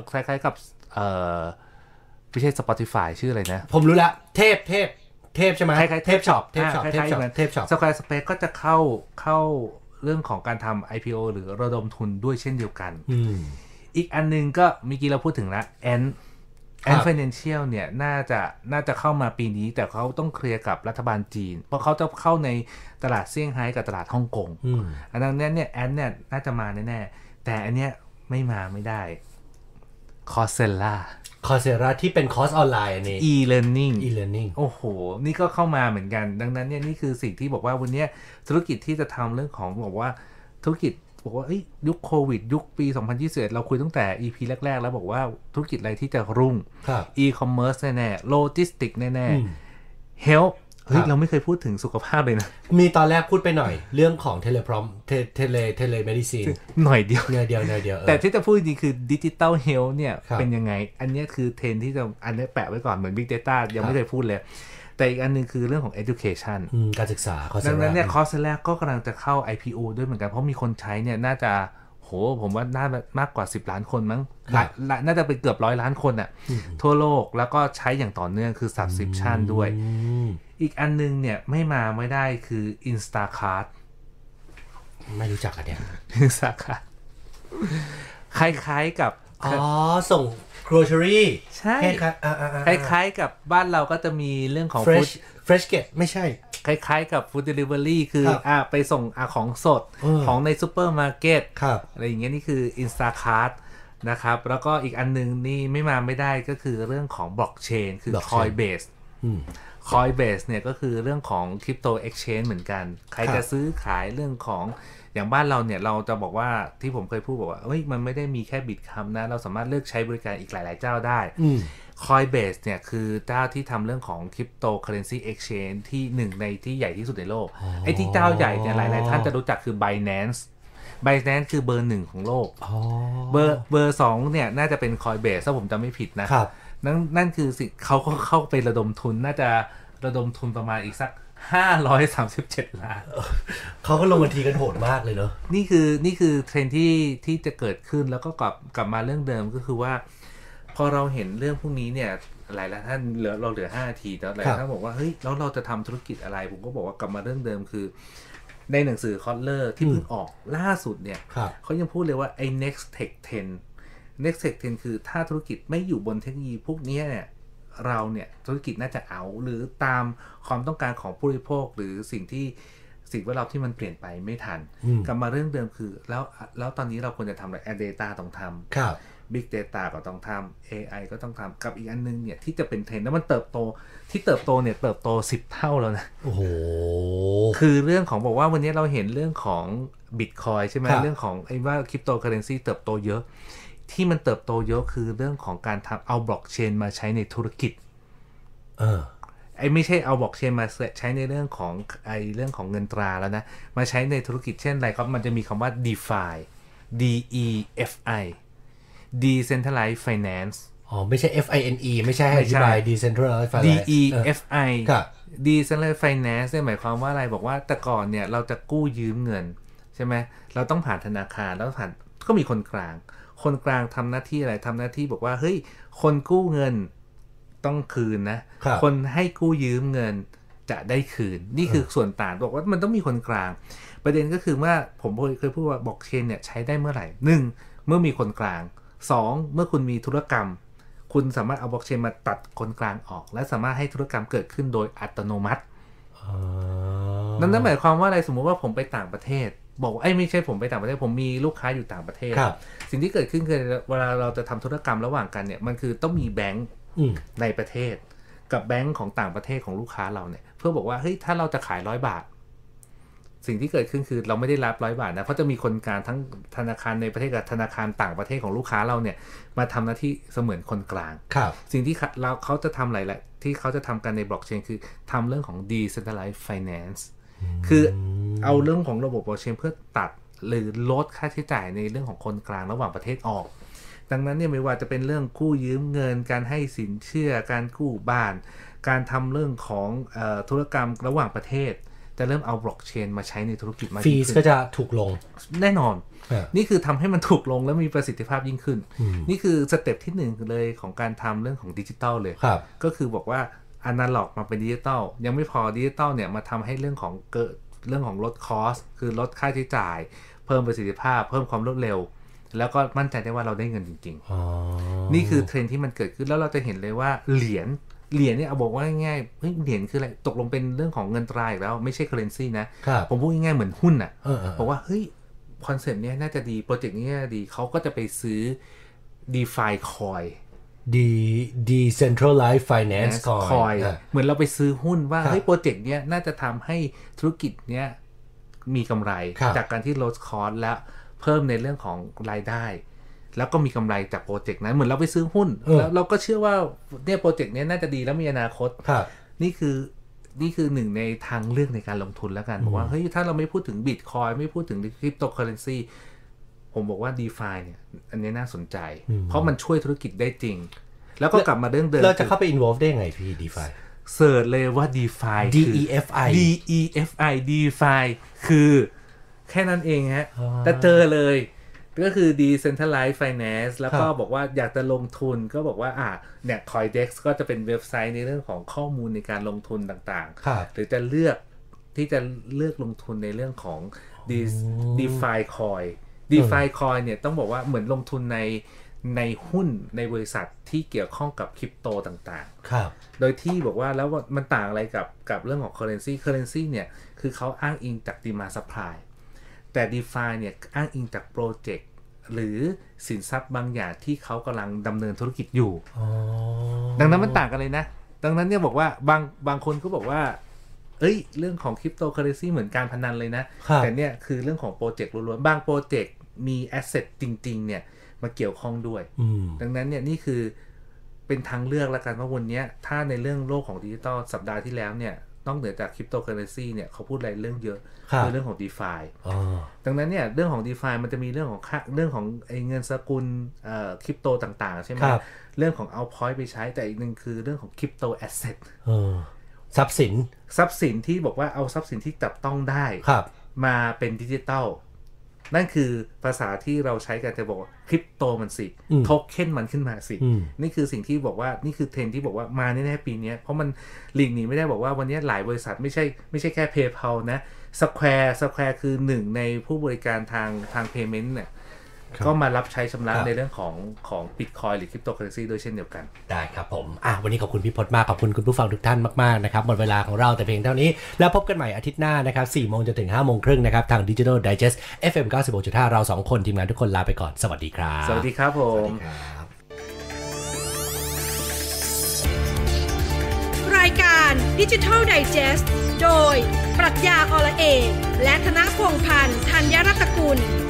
ไม่ใช่ Spotify ชื่ออะไรนะผมรู้ละเทพใช่ไหมเทพช็อปSquarespace ก็จะเข้าเรื่องของการทำ IPO หรือระดมทุนด้วยเช่นเดียวกันอีกอันนึงก็เมื่อกี้เราพูดถึงแล้วAnt Financial เนี่ยน่าจะเข้ามาปีนี้แต่เขาต้องเคลียร์กับรัฐบาลจีนเพราะเขาจะเข้าในตลาดเซี่ยงไฮ้กับตลาดฮ่องกงอันนั้นเนี่ยAntเนี่ยน่าจะมาแน่ๆแต่อันเนี้ยไม่ได้ Coursera ที่เป็นคอร์สออนไลน์อันนี้ e-learning โอ้โหนี่ก็เข้ามาเหมือนกันดังนั้นเนี่ยนี่คือสิ่งที่บอกว่าวันนี้ธุรกิจที่จะทำเรื่องของบอกว่าธุรกิจบอกว่ายุคโควิดยุคปี2021เราคุยตั้งแต่ EP แรกๆแล้วบอกว่าธุรกิจอะไรที่จะรุ่ง e-commerce แน่ๆ logistics แน่ๆ health เราไม่เคยพูดถึงสุขภาพเลยนะมีตอนแรกพูดไปหน่อยเรื่องของเทเลเมดิซินหน่อยเดียวแต่ที่จะพูดจริงคือ digital health เนี่ยเป็นยังไงอันนี้คือเทรนที่จะอันนี้แปะไว้ก่อนเหมือน big data ยังไม่เคยพูดเลยแต่อีกอันนึงคือเรื่องของ education การศึกษาดังนั้นเนี่ยคอร์สแรกก็กำลังจะเข้า IPO ด้วยเหมือนกันเพราะมีคนใช้เนี่ยน่าจะผมว่าน่ามากกว่า10ล้านคนมั้งน่าจะเป็นเกือบ100ล้านคนอ่ะทั่วโลกแล้วก็ใช้อย่างต่อเนื่องคือ subscription ด้วยอีกอันนึงเนี่ยไม่ได้คือ Instacart ไม่รู้จักอ่ะเนี่ย Instacart คล้ายๆกับส่ง grocery ใช่คล้ายๆกับบ้านเราก็จะมีเรื่องของ fresh get ไม่ใช่คล้ายๆกับ food delivery คือไปส่งของสดของในซูเปอร์มาร์เก็ตอะไรอย่างเงี้ยนี่คือ Instacart นะครับแล้วก็อีกอันนึงนี่ไม่ได้ก็คือเรื่องของ blockchain คือ Coinbase เนี่ยก็คือเรื่องของ crypto exchange เหมือนกันใครจะซื้อขายเรื่องของอย่างบ้านเราเนี่ยเราจะบอกว่าที่ผมเคยพูดบอกว่าเฮ้ยมันไม่ได้มีแค่บิตคัมนะเราสามารถเลือกใช้บริการอีกหลายๆเจ้าได้ Coinbase เนี่ยคือเจ้าที่ทำเรื่องของ Cryptocurrency Exchange ที่หนึ่งในที่ใหญ่ที่สุดในโลกไอ้ที่เจ้าใหญ่เนี่ยหลายๆท่านจะรู้จักคือ Binance คือเบอร์1ของโลกเบอร์2เนี่ยน่าจะเป็น Coinbase ถ้าผมจำไม่ผิดนะนั่นคือสิ่งเขาก็เข้าไประดมทุนน่าจะระดมทุนประมาณอีกสัก537 ล้านเขาก็ลงมาทีกันโหดมากเลยเนาะนี่คือเทรนด์ที่จะเกิดขึ้นแล้วก็กลับมาเรื่องเดิมก็คือว่าพอเราเห็นเรื่องพวกนี้เนี่ยหลายท่านเราเหลือ5 นาทีแล้วหลายท่านบอกว่าเฮ้ยแล้วเราจะทำธุรกิจอะไรผมก็บอกว่ากลับมาเรื่องเดิมคือในหนังสือคอตเลอร์ที่เพิ่งออกล่าสุดเนี่ยเขายังพูดเลยว่าไอ้ next tech 10 คือถ้าธุรกิจไม่อยู่บนเทคโนโลยีพวกนี้เนี่ยเราเนี่ยธุรกิจน่าจะเอาหรือตามความต้องการของผู้บริโภคหรือสิ่งแวดล้อมที่มันเปลี่ยนไปไม่ทันกลับมาเรื่องเดิมคือแล้วตอนนี้เราควรจะทำอะไร Data ต้องทำ Big Data ก็ต้องทำ AI ก็ต้องทำกับอีกอันนึงเนี่ยที่จะเป็นเทรนด์แล้วมันเติบโตเนี่ยเติบโต10 เท่าแล้วนะโอ้โหคือเรื่องของบอกว่าวันนี้เราเห็นเรื่องของ Bitcoin ใช่ไหมเรื่องของไอ้ว่า Cryptocurrency เติบโตเยอะที่มันเติบโตเยอะคือเรื่องของการทำเอาบล็อกเชนมาใช้ในธุรกิจไอ้ไม่ใช่เอาบล็อกเชนมาใช้ในเรื่องของเรื่องของเงินตราแล้วนะมาใช้ในธุรกิจเช่นอะไรครับมันจะมีคำว่า DeFi DEFI Decentralized Finance ไม่ใช่ FINE ไม่ใช่อธิบาย Decentralized Finance DEFI Decentralized Finance เนี่ยหมายความว่าอะไรบอกว่าแต่ก่อนเนี่ยเราจะกู้ยืมเงินใช่ไหมเราต้องผ่านธนาคารแล้วก็มีคนกลางทำหน้าที่อะไรทำหน้าที่บอกว่าเฮ้ยคนกู้เงินต้องคืนนะ คนให้กู้ยืมเงินจะได้คืนนี่คือส่วนต่างบอกว่ามันต้องมีคนกลางประเด็นก็คือว่าผมเคยพูดว่าบล็อกเชนเนี่ยใช้ได้เมื่อไหร่1เมื่อมีคนกลาง2เมื่อคุณมีธุรกรรมคุณสามารถเอาบล็อกเชนมาตัดคนกลางออกและสามารถให้ธุรกรรมเกิดขึ้นโดยอัตโนมัตินั่นหมายความว่าอะไรสมมุติว่าผมไปต่างประเทศบอกไม่ใช่ผมไปต่างประเทศผมมีลูกค้าอยู่ต่างประเทศสิ่งที่เกิดขึ้นคือเวลาเราจะทำธุรกรรมระหว่างกันเนี่ยมันคือต้องมีแบงก์ในประเทศกับแบงก์ของต่างประเทศของลูกค้าเราเนี่ยเพื่อบอกว่าเฮ้ยถ้าเราจะขาย100 บาทสิ่งที่เกิดขึ้นคือเราไม่ได้รับ100 บาทนะเพราะจะมีคนกลางทั้งธนาคารในประเทศกับธนาคารต่างประเทศของลูกค้าเราเนี่ยมาทำหน้าที่เสมือนคนกลางสิ่งที่เขาจะทำอะไรแหละที่เขาจะทำกันในบล็อกเชนคือทำเรื่องของ Decentralized Finance คือเอาเรื่องของระบบบล็อกเชนเพื่อตัดหรือลดค่าใช้จ่ายในเรื่องของคนกลางระหว่างประเทศออกดังนั้นเนี่ยไม่ว่าจะเป็นเรื่องกู้ยืมเงินการให้สินเชื่อการกู้บ้านการทำเรื่องของธุรกรรมระหว่างประเทศจะเริ่มเอาบล็อกเชนมาใช้ในธุรกิจมากขึ้นฟีก็จะถูกลงแน่นอนนี่คือทำให้มันถูกลงและมีประสิทธิภาพยิ่งขึ้นนี่คือสเต็ปที่1เลยของการทำเรื่องของดิจิทัลเลยก็คือบอกว่าอนาล็อกมาเป็นดิจิทัลยังไม่พอดิจิทัลเนี่ยมาทำให้เรื่องของลดคอสคือลดค่าใช้จ่ายเพิ่มประสิทธิภาพเพิ่มความรวดเร็วแล้วก็มั่นใจได้ว่าเราได้เงินจริงๆนี่คือเทรนด์ที่มันเกิดขึ้นแล้วเราจะเห็นเลยว่าเหรียญเนี่ยเอาบอกว่าง่ายๆเหรียญคืออะไรตกลงเป็นเรื่องของเงินตราอีกแล้วไม่ใช่ currency นะผมพูดง่ายๆเหมือนหุ้นอ่ะบอกว่าเฮ้ยคอนเซ็ปต์นี้น่าจะดีโปรเจกต์นี้น่าจะดีเขาก็จะไปซื้อ DeFi Coin Decentralized Finance Coin เหมือนเราไปซื้อหุ้นว่าเฮ้ยโปรเจกต์เนี้ยน่าจะทำให้ธุรกิจเนี้ยมีกำไรจากการที่ลดคอสและเพิ่มในเรื่องของรายได้แล้วก็มีกำไรจากโปรเจกต์นั้นเหมือนเราไปซื้อหุ้นแล้วเราก็เชื่อว่าเนี่ยโปรเจกต์นี้น่าจะดีแล้วมีอนาคตนี่คือหนึ่งในทางเลือกในการลงทุนแล้วกันบอกว่าเฮ้ยถ้าเราไม่พูดถึง Bitcoin ไม่พูดถึง Cryptocurrency ผมบอกว่า DeFi เนี่ยอันนี้น่าสนใจเพราะมันช่วยธุรกิจได้จริงแล้วก็กลับมาเรื่องเดิมเราจะเข้าไป involve ได้ไงพี่ DeFi เสิร์ชเลยว่า DeFi DeFi คือแค่นั้นเองฮะแต่เจอเลยก็คือ Decentralized Finance แล้วก็บอกว่าอยากจะลงทุนก็บอกว่าเนี่ย Coindex ก็จะเป็นเว็บไซต์ในเรื่องของข้อมูลในการลงทุนต่างๆหรือจะเลือกลงทุนในเรื่องของ DeFi Coinเนี่ยต้องบอกว่าเหมือนลงทุนในหุ้นในบริษัทที่เกี่ยวข้องกับคริปโตต่างๆโดยที่บอกว่าแล้วมันต่างอะไรกับเรื่องของ currency เนี่ยคือเขาอ้างอิงจาก demand supply แต่ DeFi เนี่ยอ้างอิงจากโปรเจกต์หรือสินทรัพย์บางอย่างที่เขากำลังดำเนินธุรกิจอยู่ดังนั้นมันต่างกันเลยนะดังนั้นเนี่ยบอกว่าบางคนก็บอกว่าเรื่องของคริปโตเคอเรนซีเหมือนการพนันเลยนะแต่เนี่ยคือเรื่องของโปรเจกต์ล้วนๆบางโปรเจกต์มีแอสเซทจริงๆเนี่ยมาเกี่ยวข้องด้วยดังนั้นเนี่ยนี่คือเป็นทางเลือกแล้วกันว่าวันนี้ถ้าในเรื่องโลกของดิจิตอลสัปดาห์ที่แล้วเนี่ยนอกเหนือจากคริปโตเคอเรนซีเนี่ยเขาพูดอะไรเรื่องเยอะคือเรื่องของ DeFi ดังนั้นเนี่ยเรื่องของ DeFi มันจะมีเรื่องของเงินสกุลคริปโตต่างๆใช่ไหมเรื่องของเอา point ไปใช้แต่อีกนึงคือเรื่องของคริปโตแอสเซททรัพย์สินที่บอกว่าเอาทรัพย์สินที่จับต้องได้มาเป็นดิจิตอลนั่นคือภาษาที่เราใช้กันจะบอกว่าคริปโตมันสิโทเค็นมันขึ้นมาสินี่คือสิ่งที่บอกว่านี่คือเทรนด์ที่บอกว่ามาแน่ๆปีนี้เพราะมันหลีกหนีไม่ได้บอกว่าวันนี้หลายบริษัทไม่ใช่แค่ PayPal นะ Square คือหนึ่งในผู้บริการทาง payment เนี่ยก็มารับใช้ชำระในเรื่องของ Bitcoin หรือ Cryptocurrency ด้วยเช่นเดียวกันได้ครับผมวันนี้ขอบคุณพี่พจน์มากขอบคุณคุณผู้ฟังทุกท่านมากๆนะครับหมดเวลาของเราแต่เพียงเท่านี้แล้วพบกันใหม่อาทิตย์หน้านะครับ 4 โมงจนถึง 5 โมงครึ่งนะครับทาง Digital Digest FM 96.5 เรา2คนทีมงานทุกคนลาไปก่อนสวัสดีครับสวัสดีครับผมรายการ Digital Digest โดยปรัชญาอรเอกและธนพงษ์พันธ์ธัญรัตนกุล